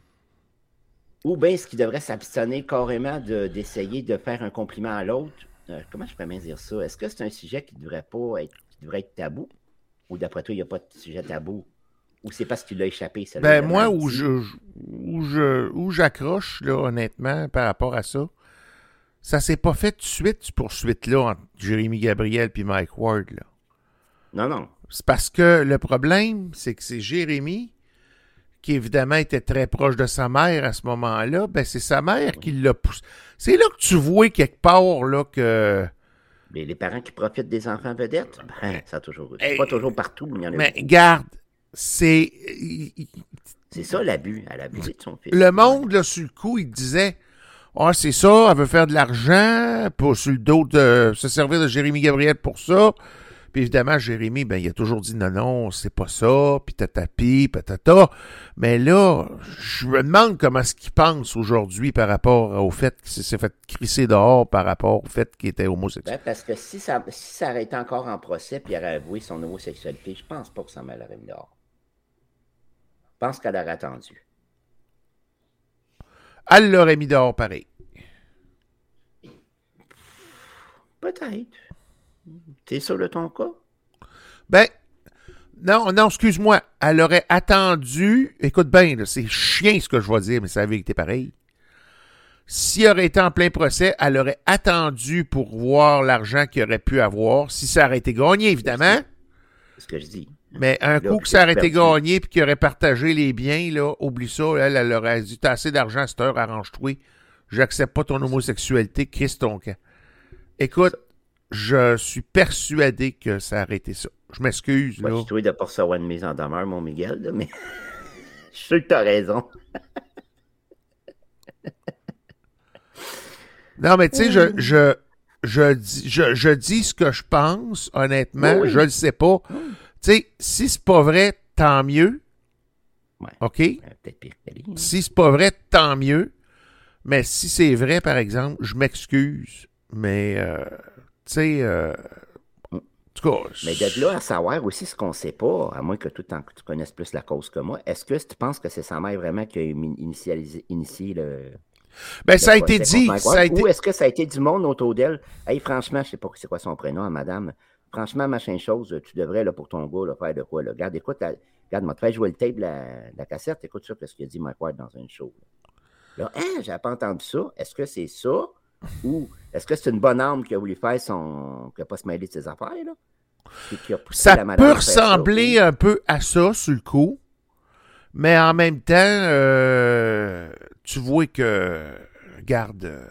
ou bien est-ce qu'il devrait s'abstenir carrément de, d'essayer de faire un compliment à l'autre? Euh, comment je pourrais bien dire ça? Est-ce que c'est un sujet qui devrait pas être, qui devrait être tabou? Ou d'après toi, il n'y a pas de sujet tabou? Ou c'est parce qu'il l'a échappé? Ben moi, où je, où, je, où j'accroche, là, honnêtement, par rapport à ça, ça s'est pas fait tout de suite, cette poursuite-là, entre Jérémy Gabriel et Mike Ward, là. Non, non. C'est parce que le problème, c'est que c'est Jérémy, qui évidemment était très proche de sa mère à ce moment-là, ben c'est sa mère qui l'a poussé. C'est là que tu vois quelque part là que... Mais les parents qui profitent des enfants vedettes, ben, ça a toujours... C'est hey, pas toujours partout, mais il y en a mais beaucoup. Garde, c'est... C'est ça l'abus, elle a abusé de son fils. Le monde, là, sur le coup, il disait... Ah, c'est ça, elle veut faire de l'argent, pour sur le dos de se servir de Jérémy Gabriel pour ça. Puis évidemment, Jérémy, ben, il a toujours dit non, non, c'est pas ça, puis tatapi, patata. Mais là, je me demande comment est-ce qu'il pense aujourd'hui par rapport au fait qu'il s'est fait crisser dehors par rapport au fait qu'il était homosexuel. Ben, parce que si ça, si ça aurait été encore en procès puis il aurait avoué son homosexualité, je pense pas que ça m'aurait mis dehors. Je pense qu'elle aurait attendu. Elle l'aurait mis dehors pareil. Peut-être. T'es sûr de ton cas? Ben, non, non, excuse-moi. Elle aurait attendu. Écoute bien, là, c'est chien ce que je vais dire, mais c'est la vérité pareil. S'il aurait été en plein procès, elle aurait attendu pour voir l'argent qu'il aurait pu avoir. Si ça aurait été gagné, évidemment. C'est ce que je dis. Mais un là, coup que ça aurait été gagné et qu'il aurait partagé les biens, là, oublie ça, elle, elle aurait dit t'as assez d'argent à cette heure, arrange-toi. J'accepte pas ton homosexualité, crisse ton camp. Écoute, je suis persuadé que ça aurait été ça. Je m'excuse, là. Ouais, je suis de ne pas recevoir une mise en demeure, mon Miguel, là, mais je suis sûr que t'as raison. Non, mais tu sais, je, je, je, dis, je, je dis ce que je pense, honnêtement, oui, oui. Je le sais pas. Tu sais, si c'est pas vrai, tant mieux. Ouais. OK? Euh, peut-être pire qu'elle est, hein. Si c'est pas vrai, tant mieux. Mais si c'est vrai, par exemple, je m'excuse. Mais, euh, tu sais, euh, en tout cas... Mais de là à savoir aussi ce qu'on ne sait pas, à moins que tout en, tu connaisses plus la cause que moi, est-ce que tu penses que c'est sa mère vraiment qui a initialisé, initié le... Ben, ça a le été procès dit. contre Ça a Mike Ward? été... Ou est-ce que ça a été du monde autour d'elle? Hey, franchement, je ne sais pas c'est quoi son prénom à madame. Franchement, machin chose, tu devrais, là, pour ton gars, là, faire de quoi, là. Regarde, écoute, la- regarde, m'a fait jouer le tape de la, de la cassette, écoute ça, qu'est-ce qu'il a dit Mike Ward dans un show. Là, là hein, j'avais pas entendu ça. Est-ce que c'est ça? Ou est-ce que c'est une bonne âme qui a voulu faire son... qui n'a pas se mêler de ses affaires, là? Puis qui a poussé Ça la madame peut à faire ça, ressembler ou- un peu à ça, sur le coup. Mais en même temps, euh, tu vois que... Regarde... euh,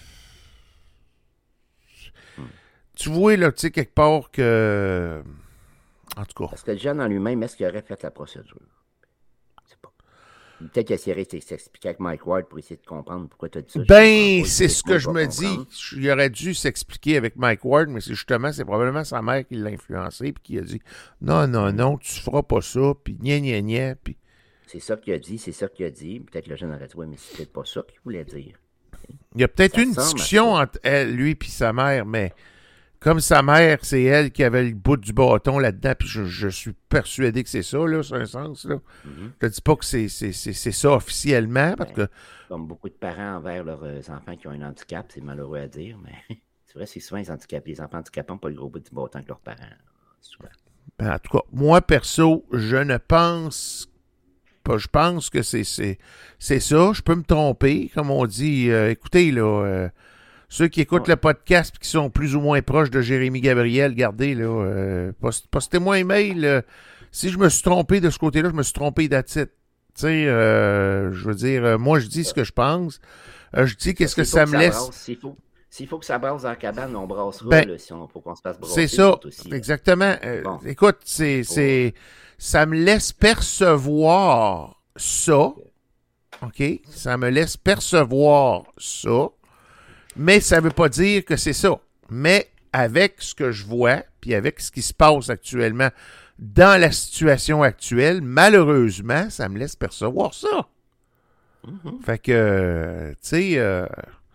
tu vois, là, tu sais, quelque part que... En tout cas... Parce que le jeune en lui-même, est-ce qu'il aurait fait la procédure? Je sais pas. Peut-être qu'il essaierait de s'expliquer avec Mike Ward pour essayer de comprendre pourquoi tu as dit ça. Je comprends Ben, pas. c'est Il ce peut que je pas me comprendre. dis. Il aurait dû s'expliquer avec Mike Ward, mais c'est justement, c'est probablement sa mère qui l'a influencé, puis qui a dit non, non, non, tu feras pas ça, puis gna, gna, gna, puis... C'est ça qu'il a dit, c'est ça qu'il a dit. Peut-être que le jeune aurait dit, oui, mais c'est peut-être pas ça qu'il voulait dire. Il y a peut-être Ça eu une ressemble à discussion ça. entre elle, lui et sa mère, mais comme sa mère, c'est elle qui avait le bout du bâton là-dedans, puis je, je suis persuadé que c'est ça, là, c'est un sens, là. Mhm. Je te dis pas que c'est, c'est, c'est, c'est ça officiellement, parce Ben, que... Comme beaucoup de parents envers leurs euh, enfants qui ont un handicap, c'est malheureux à dire, mais c'est vrai, c'est souvent les handicapés. Les enfants handicapés n'ont pas le gros bout du bâton que leurs parents. Souvent. Ben, en tout cas, moi, perso, je ne pense pas. Je pense que c'est, c'est, c'est ça. Je peux me tromper. Comme on dit, euh, écoutez, là, euh, ceux qui écoutent Ouais. le podcast et qui sont plus ou moins proches de Jérémy Gabriel, regardez, là, euh, post- postez-moi un mail. euh, si je me suis trompé de ce côté-là, je me suis trompé d'attitude. Tu sais, euh, je veux dire, euh, moi, je dis ce que je pense. Euh, je dis qu'est-ce que S'il faut ça me laisse. brasse, S'il faut, s'il faut que ça brasse dans la cabane, on brassera. Ben, Là, si on faut qu'on se fasse brasser. C'est nous ça, autres aussi, là. exactement. Euh, Bon. Écoute, c'est, c'est, ça me laisse percevoir ça, OK? Ça me laisse percevoir ça, mais ça veut pas dire que c'est ça. Mais avec ce que je vois, puis avec ce qui se passe actuellement dans la situation actuelle, malheureusement, ça me laisse percevoir ça. Mhm. Fait que, euh, tu sais... euh,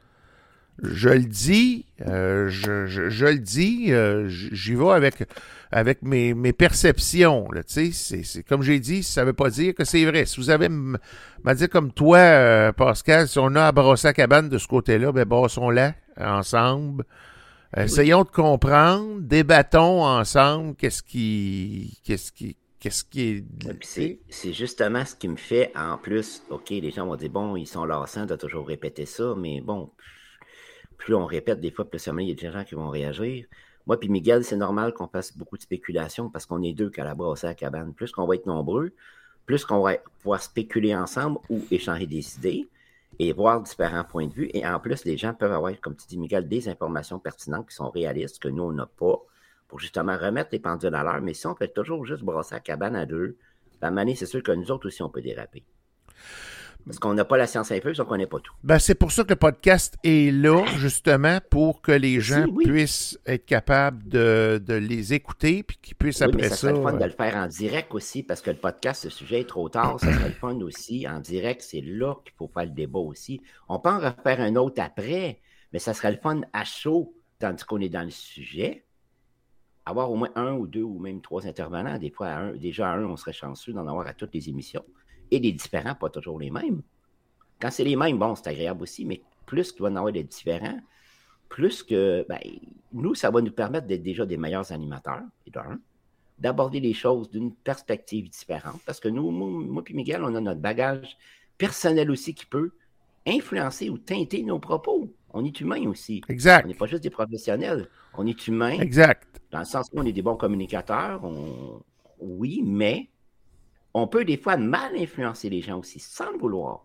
je le dis, euh, je, je, je le dis, euh, j'y vais avec, avec mes, mes perceptions. Là, c'est, c'est, comme j'ai dit, ça ne veut pas dire que c'est vrai. Si vous avez m- m'a dit comme toi, euh, Pascal, si on a à brasser la cabane de ce côté-là, ben brassons-la ensemble. Euh, essayons de comprendre, débattons ensemble qu'est-ce qui, qu'est-ce qui, qu'est-ce qui est. Ouais, puis c'est, c'est justement ce qui me fait, en plus, OK, les gens vont dire, bon, ils sont lassants de toujours répéter ça, mais bon, plus on répète des fois, plus il y a des gens qui vont réagir. Moi puis Miguel, c'est normal qu'on fasse beaucoup de spéculation parce qu'on est deux qu'à la brasser à la cabane. Plus qu'on va être nombreux, plus qu'on va pouvoir spéculer ensemble ou échanger des idées et voir différents points de vue. Et en plus, les gens peuvent avoir, comme tu dis, Miguel, des informations pertinentes qui sont réalistes, que nous, on n'a pas, pour justement remettre les pendules à l'heure. Mais si on fait toujours juste brasser à la cabane à deux, à un moment donné, c'est sûr que nous autres aussi, on peut déraper. Parce qu'on n'a pas la science infuse, donc on connaît pas tout. Ben, c'est pour ça que le podcast est là, justement, pour que les gens Si, oui. puissent être capables de, de les écouter, puis qu'ils puissent Oui, après mais ça ça... serait le fun euh, de le faire en direct aussi, parce que le podcast, ce sujet est trop tard. Ça serait le fun aussi. En direct, c'est là qu'il faut faire le débat aussi. On peut en refaire un autre après, mais ça serait le fun à chaud, tandis qu'on est dans le sujet. Avoir au moins un ou deux ou même trois intervenants. Des fois, à un, déjà à un, on serait chanceux d'en avoir à toutes les émissions. Et des différents, pas toujours les mêmes. Quand c'est les mêmes, bon, c'est agréable aussi, mais plus qu'il va y en avoir des différents, plus que, ben, nous, ça va nous permettre d'être déjà des meilleurs animateurs, et d'un, d'aborder les choses d'une perspective différente, parce que nous, moi, moi puis Miguel, on a notre bagage personnel aussi qui peut influencer ou teinter nos propos. On est humain aussi. Exact. On n'est pas juste des professionnels. On est humain. Exact. Dans le sens où on est des bons communicateurs, on... oui, mais on peut des fois mal influencer les gens aussi, sans le vouloir.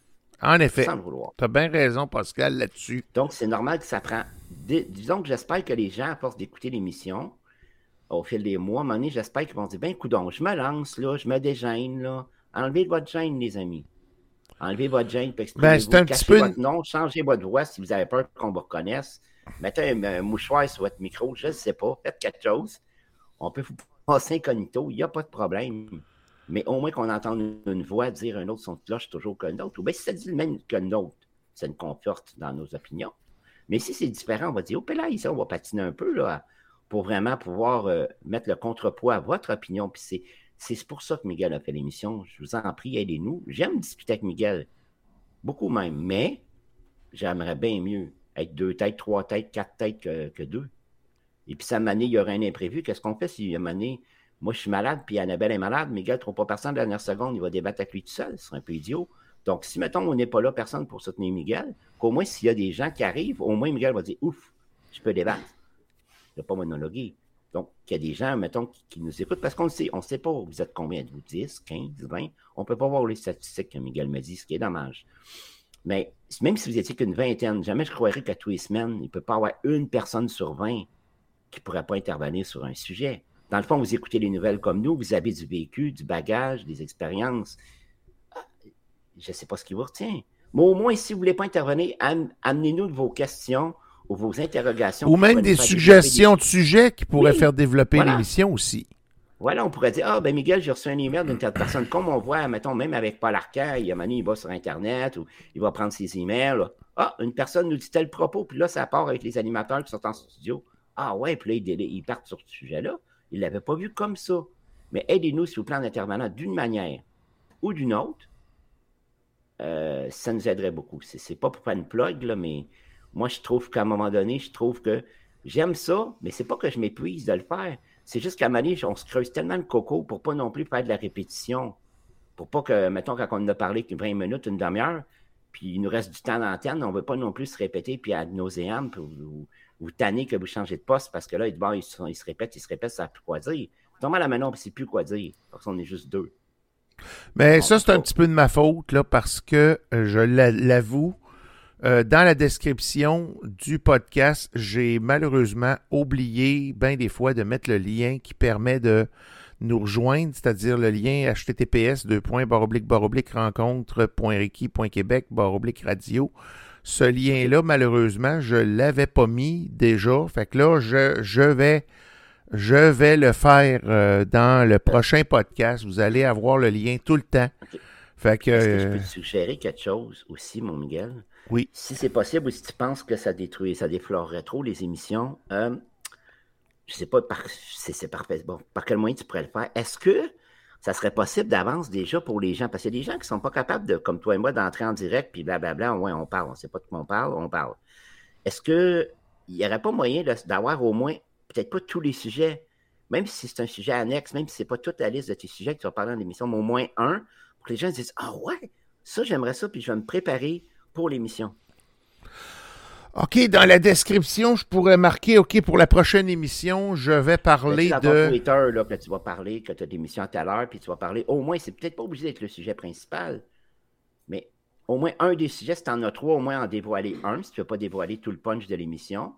En effet. Sans le vouloir. Tu as bien raison, Pascal, là-dessus. Donc, c'est normal que ça prend... Dis- Disons que j'espère que les gens, à force d'écouter l'émission, au fil des mois, à un moment donné, j'espère qu'ils vont se dire, ben, coudonc, je me lance, là, je me dégêne, là. Enlevez votre gêne, les amis. Enlevez votre gêne, puis Ben, exprimez-vous. c'est un petit Cachez peu votre une- nom, changez votre voix si vous avez peur qu'on vous reconnaisse. Mettez un, un mouchoir sur votre micro, je ne sais pas, faites quelque chose. On peut vous passer incognito, il n'y a pas de problème. mais au moins qu'on entende une, une voix dire un autre son de cloche toujours que le nôtre. Ou bien si ça dit le même que le nôtre, ça nous conforte dans nos opinions. Mais si c'est différent, on va dire, oh, là, ici, on va patiner un peu là, pour vraiment pouvoir euh, mettre le contrepoids à votre opinion. Puis c'est, c'est pour ça que Miguel a fait l'émission. Je vous en prie, aidez-nous. J'aime discuter avec Miguel, beaucoup même, mais j'aimerais bien mieux être deux têtes, trois têtes, quatre têtes que, que deux. Et puis, ça m'année, il y aurait un imprévu. Qu'est-ce qu'on fait si, à un moment donné, moi, je suis malade, puis Annabelle est malade, Miguel ne trouve pas personne de la dernière seconde, il va débattre avec lui tout seul. Ce serait un peu idiot. Donc, si, mettons, on n'est pas là, personne pour soutenir Miguel, qu'au moins, s'il y a des gens qui arrivent, au moins, Miguel va dire, ouf, je peux débattre. Il ne va pas monologuer. Donc, il y a des gens, mettons, qui, qui nous écoutent, parce qu'on le sait, on ne sait pas, vous êtes combien, êtes-vous dix, quinze, vingt? On ne peut pas voir les statistiques que Miguel me dit, ce qui est dommage. Mais même si vous étiez qu'une vingtaine, jamais je croirais qu'à tous les semaines, il ne peut pas y avoir une personne sur vingt qui ne pourrait pas intervenir sur un sujet. Dans le fond, vous écoutez les nouvelles comme nous, vous avez du vécu, du bagage, des expériences. Je ne sais pas ce qui vous retient. Mais au moins, si vous ne voulez pas intervenir, am- amenez-nous vos questions ou vos interrogations. Ou même des suggestions des... de sujets qui pourraient oui, faire développer voilà. l'émission aussi. Voilà, on pourrait dire, ah, ben Miguel, j'ai reçu un email d'une telle personne. Comme on voit, mettons, même avec Paul Arcand, il, il va sur Internet ou il va prendre ses emails. Là. Ah, une personne nous dit tel propos, puis là, ça part avec les animateurs qui sont en studio. Ah ouais, puis là, ils, ils partent sur ce sujet-là. Ils ne l'avaient pas vu comme ça. Mais aidez-nous, s'il vous plaît, en intervenant d'une manière ou d'une autre. Euh, ça nous aiderait beaucoup. C'est, c'est pas pour faire une plug, là, mais moi, je trouve qu'à un moment donné, je trouve que j'aime ça, mais c'est pas que je m'épuise de le faire. C'est juste qu'à un moment donné, on se creuse tellement le coco pour pas non plus faire de la répétition. Pour pas que, mettons, quand on en a parlé vingt minutes, une demi-heure, puis il nous reste du temps d'antenne, on ne veut pas non plus se répéter, puis ad nauseam, puis vous, vous tanner que vous changez de poste, parce que là, bon, il, se, il se répète, il se répète, ça n'a plus quoi dire. Normalement, là, maintenant, c'est plus quoi dire, parce qu'on est juste deux. Mais ça, c'est un petit peu de ma faute, là, parce que euh, je l'avoue, euh, dans la description du podcast, j'ai malheureusement oublié bien des fois de mettre le lien qui permet de nous rejoindre, c'est-à-dire le lien h t t p s deux points barre oblique barre oblique rencontre point reiki point québec barre oblique radio. Ce lien-là, malheureusement, je ne l'avais pas mis déjà. Fait que là, je, je vais je vais le faire euh, dans le prochain podcast. Vous allez avoir le lien tout le temps. Okay. Fait que, Est-ce que je peux te suggérer quelque chose aussi, mon Miguel? Oui. Si c'est possible ou si tu penses que ça détruit, ça déflorerait trop les émissions, euh, je ne sais pas par, c'est, c'est parfait. Bon, par quel moyen tu pourrais le faire? Est-ce que ça serait possible d'avance déjà pour les gens? Parce qu'il y a des gens qui ne sont pas capables, de, comme toi et moi, d'entrer en direct, puis blablabla, ouais, on parle, on ne sait pas de quoi on parle, on parle. Est-ce qu'il n'y aurait pas moyen de, d'avoir au moins, peut-être pas tous les sujets, même si c'est un sujet annexe, même si ce n'est pas toute la liste de tes sujets que tu vas parler dans l'émission, mais au moins un, pour que les gens se disent « Ah ouais, ça, j'aimerais ça, puis je vais me préparer pour l'émission. » OK, dans la description, je pourrais marquer, OK, pour la prochaine émission, je vais parler dans de... Dans ton Twitter, là, que tu vas parler, que tu as des émissions à telle heure, puis tu vas parler, au moins, c'est peut-être pas obligé d'être le sujet principal, mais au moins un des sujets, si tu en as trois, au moins en dévoiler un, si tu ne veux pas dévoiler tout le punch de l'émission.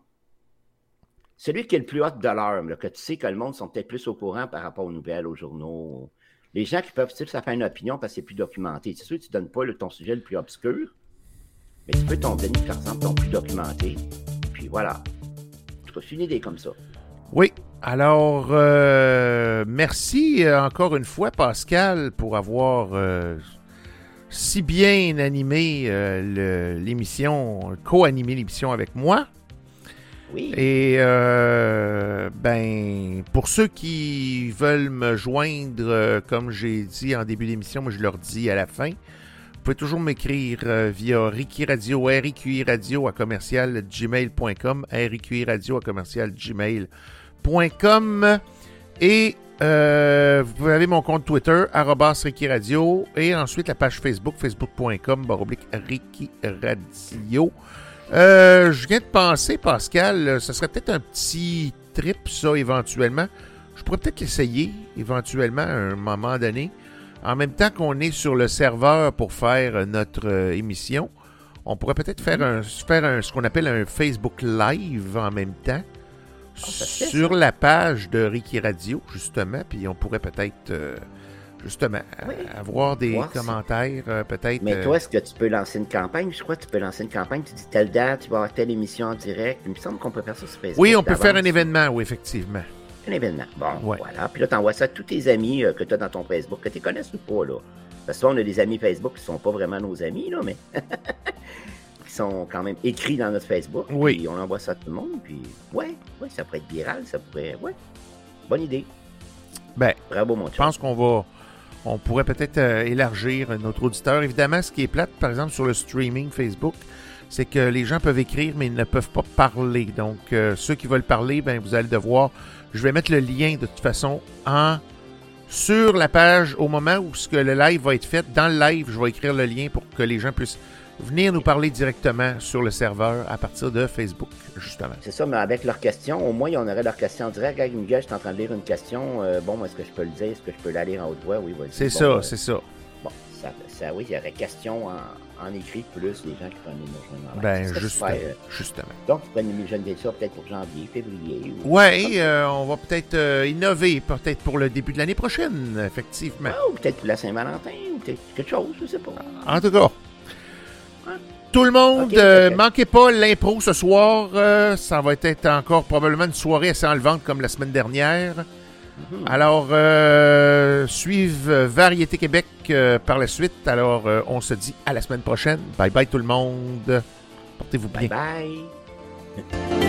Celui qui est le plus hot de l'heure, là, que tu sais que le monde sont peut-être plus au courant par rapport aux nouvelles, aux journaux. Les gens qui peuvent, tu sais, ça fait une opinion parce que c'est plus documenté. C'est sûr que tu ne donnes pas le, ton sujet le plus obscur, mais tu peux t'en donner qui ressemble ton plus documenté. Puis voilà. Tu peux une idée comme ça. Oui. Alors, euh, merci encore une fois, Pascal, pour avoir euh, si bien animé euh, le, l'émission, co-animé l'émission avec moi. Oui. Et euh, ben, pour ceux qui veulent me joindre, euh, comme j'ai dit en début d'émission, moi je leur dis à la fin, vous pouvez toujours m'écrire euh, via Ricky Radio, R I Q I Radio à commercial gmail point com, R I Q I Radio à commercial gmail point com, et euh, vous avez mon compte Twitter, arobase Ricky Radio, et ensuite la page Facebook, facebook point com, barre oblique Ricky Radio. Euh, je viens de penser, Pascal, ce serait peut-être un petit trip, ça, éventuellement. Je pourrais peut-être l'essayer, éventuellement, à un moment donné. En même temps qu'on est sur le serveur pour faire notre euh, émission, on pourrait peut-être faire, un, faire un, ce qu'on appelle un Facebook Live en même temps, oh, sur la page de Ricky Radio, justement, puis on pourrait peut-être... Euh, Justement, oui. avoir des Moi, commentaires, euh, peut-être... Mais toi, est-ce que tu peux lancer une campagne? Je crois que tu peux lancer une campagne. Tu dis telle date, tu vas avoir telle émission en direct. Il me semble qu'on peut faire ça sur Facebook. Oui, on peut faire un événement, oui, effectivement. Un événement. Bon, Ouais. voilà. Puis là, tu envoies ça à tous tes amis euh, que tu as dans ton Facebook, que tu connaisses ou pas, là. Parce que là, on a des amis Facebook qui sont pas vraiment nos amis, là, mais qui sont quand même écrits dans notre Facebook. Oui. Puis on envoie ça à tout le monde. Puis, ouais, ouais, ça pourrait être viral, ça pourrait. Ouais. Bonne idée. Ben, Bravo, mon je chum. pense qu'on va. On pourrait peut-être euh, élargir notre auditeur. Évidemment, ce qui est plate, par exemple, sur le streaming Facebook, c'est que les gens peuvent écrire, mais ils ne peuvent pas parler. Donc, euh, ceux qui veulent parler, ben, vous allez devoir... Je vais mettre le lien, de toute façon, en sur la page au moment où ce que le live va être fait. Dans le live, je vais écrire le lien pour que les gens puissent venir nous parler directement sur le serveur à partir de Facebook, justement. C'est ça, mais avec leurs questions, au moins, on aurait leurs questions en direct. Avec Miguel, je suis en train de lire une question. Euh, bon, est-ce que je peux le dire? Est-ce que je peux la lire en haute voix? Oui, vas-y. C'est bon, ça, euh, c'est ça. Bon, ça, ça, oui, il y aurait question en, en écrit, plus les gens qui prennent nous rejoindre en live. Ben, Ce serait justement. super, euh, justement. Donc, vous pouvez nous jeter ça peut-être pour janvier, février. Ou... Oui, euh, on va peut-être euh, innover, peut-être pour le début de l'année prochaine, effectivement. Ah, ou peut-être pour la Saint-Valentin, ou peut-être quelque chose, je sais pas. En tout cas, tout le monde, Ok, euh, ok. manquez pas l'impro ce soir. Euh, ça va être encore probablement une soirée assez enlevante comme la semaine dernière. Mhm. Alors, euh, suive euh, Variété Québec euh, par la suite. Alors, euh, on se dit à la semaine prochaine. Bye bye tout le monde. Portez-vous bien. Bye bye.